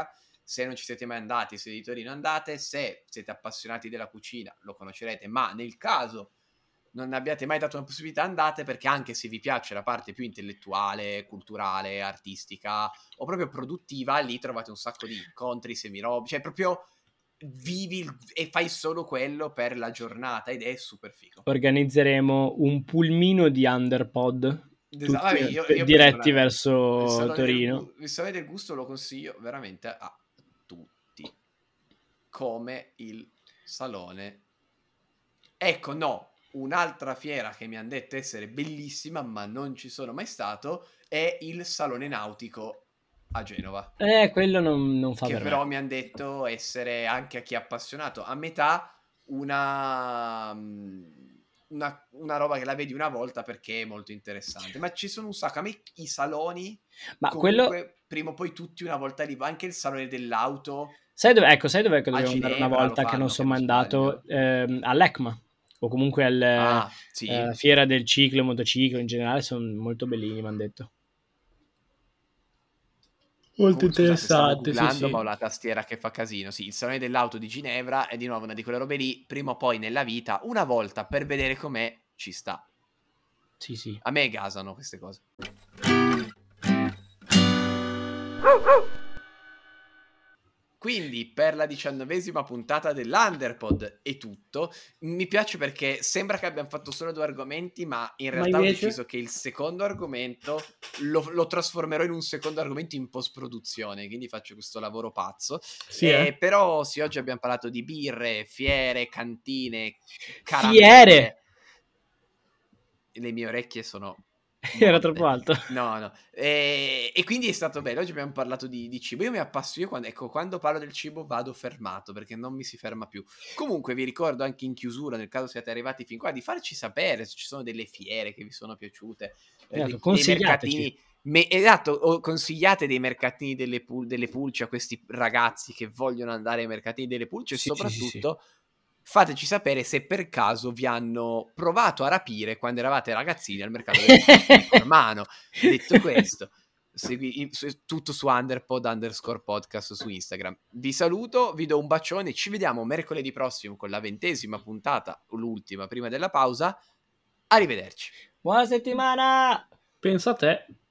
se non ci siete mai andati, se di Torino andate, se siete appassionati della cucina lo conoscerete, ma nel caso non abbiate mai dato una possibilità, andate, perché anche se vi piace la parte più intellettuale, culturale, artistica o proprio produttiva, lì trovate un sacco di incontri, semirobi, cioè proprio vivi e fai solo quello per la giornata ed è super figo. Organizzeremo un pulmino di Underpod, Vabbè, io diretti il verso Salone Torino. il Salone del Gusto lo consiglio veramente a tutti, come il Salone. Ecco, no, un'altra fiera che mi hanno detto essere bellissima, ma non ci sono mai stato, è il Salone Nautico a Genova. Quello non fa Che per però me. mi hanno detto essere, anche a chi è appassionato, a metà una roba che la vedi una volta perché è molto interessante. Ma ci sono un sacco. A me i saloni, Ma quello, comunque, prima o poi tutti una volta lì, anche il salone dell'auto sai dov'è che a dovevo andare una Ginevra lo volta che non fanno, che sono non mai andato? sbaglio. All'ECMA, o comunque Ah, sì. fiera del ciclo e motociclo in generale, sono molto bellini, mi hanno detto. Molto Scusate, stavo interessante, sì, googlando, sì. ma ho la tastiera che fa casino. Sì, il salone dell'auto di Ginevra è di nuovo una di quelle robe lì. Prima o poi nella vita, una volta per vedere com'è, ci sta. Sì, sì. A me gasano queste cose. Quindi per la 19ª puntata dell'Underpod è tutto. Mi piace perché sembra che abbiamo fatto solo 2 argomenti, ma in Ma realtà ho invece? deciso che il secondo argomento lo trasformerò in un secondo argomento in post-produzione, quindi faccio questo lavoro pazzo. Sì, Però sì, oggi abbiamo parlato di birre, fiere, cantine, Fiere! caramelle. Le mie orecchie sono Era troppo morte. alto. No. E quindi è stato bello. Oggi abbiamo parlato di cibo. Io mi appassiono, quando parlo del cibo vado fermato, perché non mi si ferma più. Comunque vi ricordo anche in chiusura, nel caso siate arrivati fin qua, di farci sapere se ci sono delle fiere che vi sono piaciute, Ecco, dei consigliateci. mercatini. Esatto, o consigliate dei mercatini delle pulce a questi ragazzi che vogliono andare ai mercatini delle pulce, e Sì, sì, sì, sì. soprattutto fateci sapere se per caso vi hanno provato a rapire quando eravate ragazzini al mercato delle pulci di Cormano. Detto questo, tutto su _podcast su Instagram. Vi saluto, vi do un bacione, ci vediamo mercoledì prossimo con la 20ª puntata, l'ultima prima della pausa. Arrivederci. Buona settimana! pensa a te.